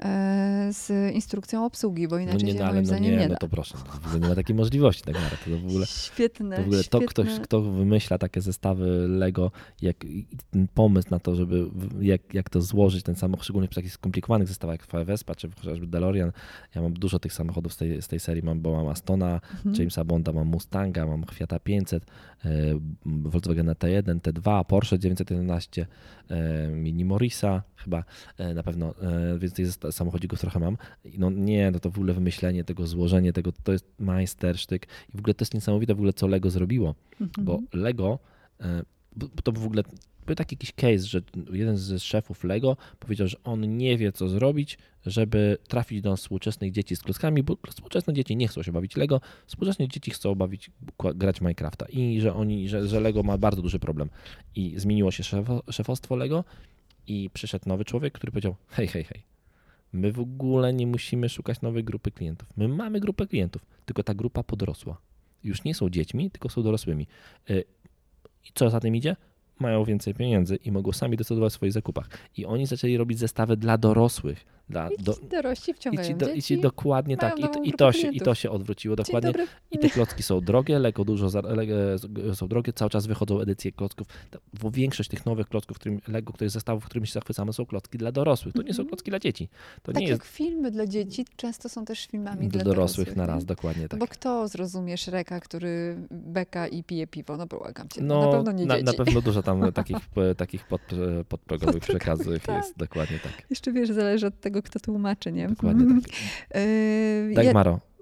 z instrukcją obsługi, bo No inaczej nie, się no, ale moim no zdaniem nie, nie no da. to proszę. W ogóle nie ma takiej możliwości tak naprawdę. To w ogóle, Świetne, to w ogóle to świetne. ktoś, kto wymyśla takie zestawy Lego, jak i ten pomysł na to, żeby w- jak, jak to złożyć, ten samochód, szczególnie przy takich skomplikowanych zestawach jak twoja Vespa, czy chociażby DeLorean. Ja mam dużo tych samochodów z tej, z tej serii, mam, bo mam Astona, Mhm. Jamesa Bonda, mam Mustanga, mam Fiata pięćset, e, Volkswagena T jeden, T dwa, Porsche dziewięćset jedenaście, e, Mini Morrisa chyba e, na pewno, e, więc tych zesta- samochodzików trochę mam. I no nie, no to w ogóle wymyślenie tego, złożenie tego, to jest majstersztyk i w ogóle to jest niesamowite w ogóle, co Lego zrobiło, Mhm. bo Lego, e, bo bo to w ogóle był taki jakiś case, że jeden z szefów Lego powiedział, że on nie wie, co zrobić, żeby trafić do współczesnych dzieci z klockami, bo współczesne dzieci nie chcą się bawić Lego, współczesne dzieci chcą bawić, kła- grać w Minecrafta i że oni, że, że Lego ma bardzo duży problem. I zmieniło się szefo, szefostwo Lego i przyszedł nowy człowiek, który powiedział, hej, hej, hej, my w ogóle nie musimy szukać nowej grupy klientów. My mamy grupę klientów, tylko ta grupa podrosła. Już nie są dziećmi, tylko są dorosłymi. Y, I co za tym idzie? Mają więcej pieniędzy i mogą sami decydować o swoich zakupach. I oni zaczęli robić zestawy dla dorosłych. Dla, I do, ci dorośli i, wciągają ci do, I dzieci. ci dokładnie mają tak. I, nową to- i, grupę to się, I klientów. to się odwróciło Dzień dokładnie. dobry. I te klocki są drogie, Lego dużo za, Lego są drogie, cały czas wychodzą edycje klocków. Bo większość tych nowych klocków, którym, Lego, których zestawów, którymi się zachwycamy, są klocki dla dorosłych. To nie są Mhm. klocki dla dzieci. To Tak nie jak jest filmy dla dzieci często są też filmami dla dla dorosłych na nie? raz, dokładnie tak. Bo kto zrozumie Shreka, który beka i pije piwo? No błagam cię, no, No, na pewno nie na, dzieci. na pewno dużo tam takich, takich pod, podprogowych przekazów tak. jest, dokładnie tak. Jeszcze wiesz, zależy od tego, kto tłumaczy, nie? Dokładnie Mhm. tak. Yy, Tak, ja- Maro,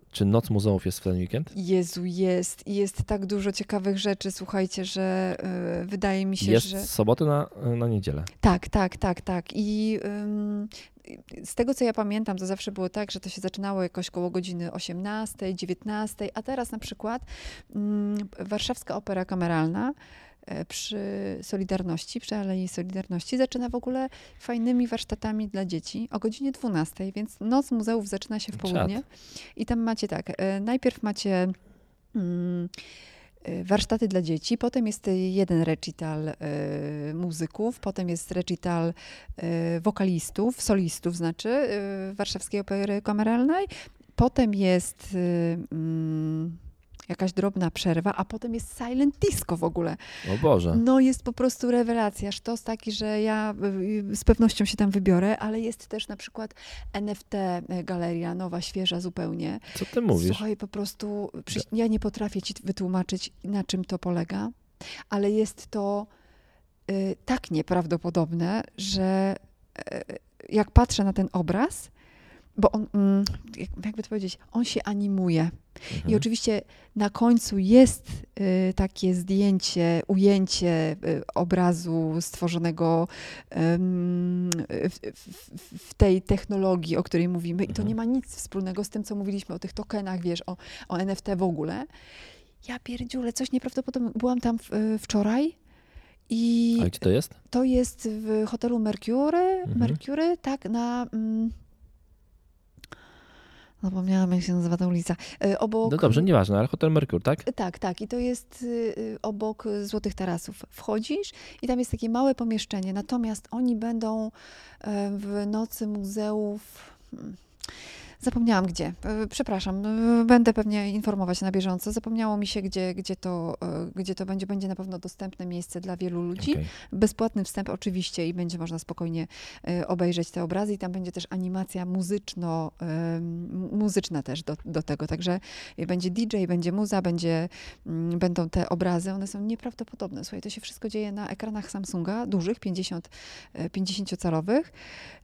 Czy Noc Muzeów jest w ten weekend? Jezu, jest. I jest tak dużo ciekawych rzeczy, słuchajcie, że y, wydaje mi się, jest że... z soboty na, na niedzielę. Tak, tak, tak, tak. I ym, z tego, co ja pamiętam, to zawsze było tak, że to się zaczynało jakoś koło godziny osiemnastej, dziewiętnastej, a teraz na przykład ym, Warszawska Opera Kameralna przy Solidarności, przy Alei Solidarności, zaczyna w ogóle fajnymi warsztatami dla dzieci o godzinie dwunastej, więc Noc Muzeów zaczyna się w południe. I tam macie tak, najpierw macie mm, warsztaty dla dzieci, potem jest jeden recital y, muzyków, potem jest recital y, wokalistów, solistów znaczy, y, Warszawskiej Opery Kameralnej, potem jest y, mm, jakaś drobna przerwa, a potem jest silent disco w ogóle. O Boże. No jest po prostu rewelacja. Sztos taki, że ja z pewnością się tam wybiorę, ale jest też na przykład N F T galeria, nowa, świeża zupełnie. Co ty mówisz? Słuchaj, po prostu ja nie potrafię ci wytłumaczyć, na czym to polega, ale jest to y, tak nieprawdopodobne, że y, jak patrzę na ten obraz, bo on, mm, jakby to powiedzieć, on się animuje. Mhm. I oczywiście na końcu jest y, takie zdjęcie, ujęcie y, obrazu stworzonego y, w, w, w tej technologii, o której mówimy. I to nie ma nic wspólnego z tym, co mówiliśmy o tych tokenach, wiesz, o, o N F T w ogóle. Ja pierdziule, coś nieprawdopodobnego. Byłam tam w, wczoraj. I A gdzie to jest? To jest w hotelu Mercury, mhm. Mercury, tak, na... Mm, Zapomniałam, jak się nazywa ta ulica. Obok... No dobrze, nieważne, ale Hotel Mercure, tak? Tak, tak. I to jest obok Złotych Tarasów. Wchodzisz i tam jest takie małe pomieszczenie. Natomiast oni będą w Nocy Muzeów... Zapomniałam gdzie. Przepraszam, będę pewnie informować na bieżąco. Zapomniało mi się, gdzie, gdzie, to, gdzie to będzie. Będzie na pewno dostępne miejsce dla wielu ludzi. Okay. Bezpłatny wstęp oczywiście i będzie można spokojnie obejrzeć te obrazy. I tam będzie też animacja muzyczno, muzyczna też do, do tego. Także będzie D J, będzie muza, będzie, będą te obrazy. One są nieprawdopodobne. Słuchaj, to się wszystko dzieje na ekranach Samsunga, dużych, pięćdziesięciocalowych.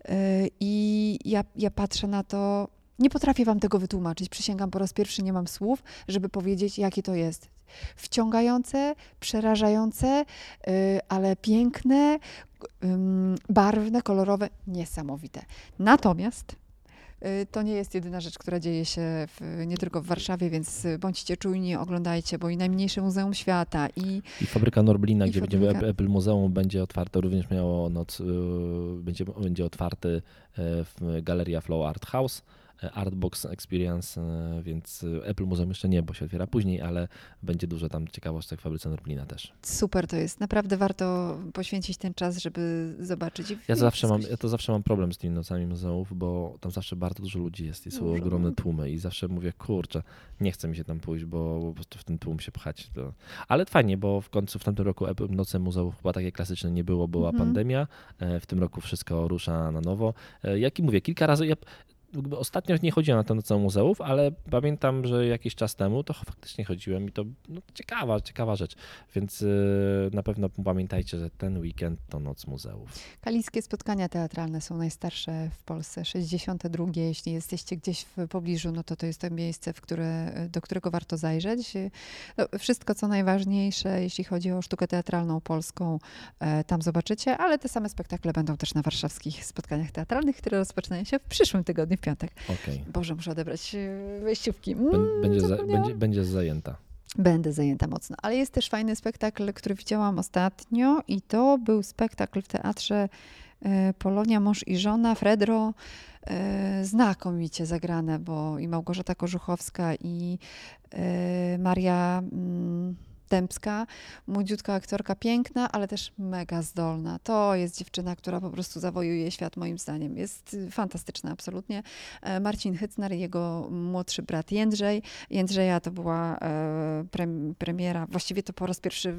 I ja, ja patrzę na to. Nie potrafię wam tego wytłumaczyć. Przysięgam, po raz pierwszy nie mam słów, żeby powiedzieć, jakie to jest. Wciągające, przerażające, yy, ale piękne, yy, barwne, kolorowe, niesamowite. Natomiast yy, to nie jest jedyna rzecz, która dzieje się w, nie tylko w Warszawie, więc bądźcie czujni, oglądajcie, bo i najmniejsze muzeum świata i... I fabryka Norblina, gdzie fabryka... będzie Apple Muzeum, będzie otwarte, również miało noc, yy, będzie, będzie otwarty yy, Galeria Flow Art House. Artbox Experience, więc Apple Muzeum jeszcze nie, bo się otwiera później, ale będzie dużo tam ciekawostek w fabryce Norblina też. Super to jest. Naprawdę warto poświęcić ten czas, żeby zobaczyć. Ja, zawsze mam, ja to zawsze mam problem z tymi nocami muzeów, bo tam zawsze bardzo dużo ludzi jest i są dużo. ogromne tłumy i zawsze mówię, kurczę, nie chce mi się tam pójść, bo po prostu w ten tłum się pchać. To... Ale fajnie, bo w końcu w tamtym roku Noce Muzeów chyba takie klasyczne nie było, była mhm. pandemia. W tym roku wszystko rusza na nowo. Jak i mówię, kilka razy... Ja... Ostatnio nie chodziłem na to Noce Muzeów, ale pamiętam, że jakiś czas temu to faktycznie chodziłem i to no, ciekawa, ciekawa rzecz. Więc yy, na pewno pamiętajcie, że ten weekend to Noc Muzeów. Kaliskie spotkania teatralne są najstarsze w Polsce, sześćdziesiąte drugie. Jeśli jesteście gdzieś w pobliżu, no to to jest to miejsce, w które, do którego warto zajrzeć. No, wszystko, co najważniejsze, jeśli chodzi o sztukę teatralną polską, e, tam zobaczycie, ale te same spektakle będą też na warszawskich spotkaniach teatralnych, które rozpoczynają się w przyszłym tygodniu. Piątek. Okay. Boże, muszę odebrać wejściówki. Mm, będzie, za, będzie, będzie zajęta. Będę zajęta mocno. Ale jest też fajny spektakl, który widziałam ostatnio i to był spektakl w teatrze Polonia, mąż i żona, Fredro. Znakomicie zagrane, bo i Małgorzata Korzuchowska i Maria Dębska, młodziutka aktorka, piękna, ale też mega zdolna. To jest dziewczyna, która po prostu zawojuje świat, moim zdaniem. Jest fantastyczna, absolutnie. Marcin Hycnar i jego młodszy brat Jędrzej. Jędrzeja to była premiera, właściwie to po raz pierwszy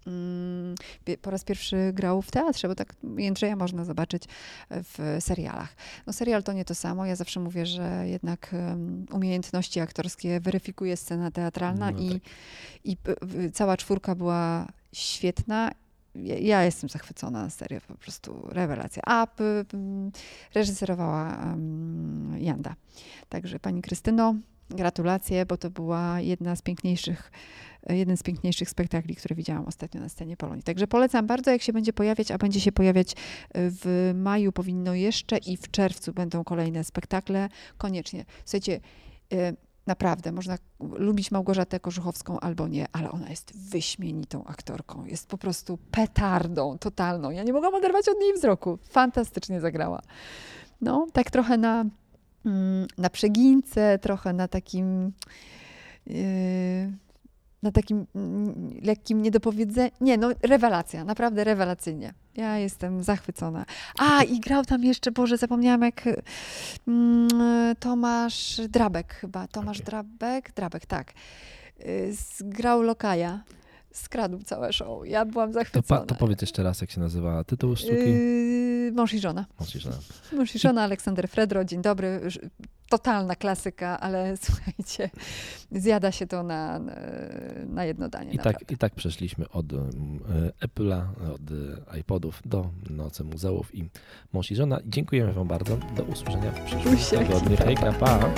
po raz pierwszy grał w teatrze, bo tak Jędrzeja można zobaczyć w serialach. No serial to nie to samo. Ja zawsze mówię, że jednak umiejętności aktorskie weryfikuje scena teatralna no, i, tak. i cała czwórka była świetna. Ja jestem zachwycona na serio, po prostu rewelacja. A p, p, reżyserowała um, Janda. Także pani Krystyno, Gratulacje, bo to była jedna z piękniejszych, jeden z piękniejszych spektakli, które widziałam ostatnio na scenie Polonii. Także polecam bardzo, jak się będzie pojawiać, a będzie się pojawiać w maju, powinno jeszcze i w czerwcu będą kolejne spektakle. Koniecznie. Słuchajcie, naprawdę, można lubić Małgorzatę Korzuchowską albo nie, ale ona jest wyśmienitą aktorką. Jest po prostu petardą totalną. Ja nie mogłam oderwać od niej wzroku. Fantastycznie zagrała. No, tak trochę na, na przegince, trochę na takim... Yy, na takim lekkim niedopowiedzeniu. Nie, no rewelacja, naprawdę rewelacyjnie. Ja jestem zachwycona. A, i grał tam jeszcze, Boże, zapomniałam jak mm, Tomasz Drabek chyba. Tomasz okay. Drabek? Drabek, tak. Grał Lokaja. Skradł całe show. Ja byłam zachwycona. To, pa, to powiedz jeszcze raz, jak się nazywa tytuł sztuki? Yy, Mąż i żona. Mąż i żona. Mąż i żona, Aleksander Fredro, dzień dobry. Totalna klasyka, ale słuchajcie, zjada się to na, na jedno danie. I tak, I tak przeszliśmy od Apple'a, od iPodów do Nocy Muzeów i Mąż i żona. Dziękujemy wam bardzo. Do usłyszenia w przyszłym tygodniu. Hejka, pa!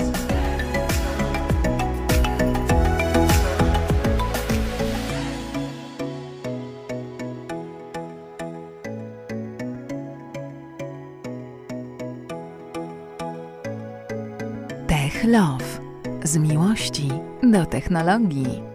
Tech Love. Z miłości do technologii.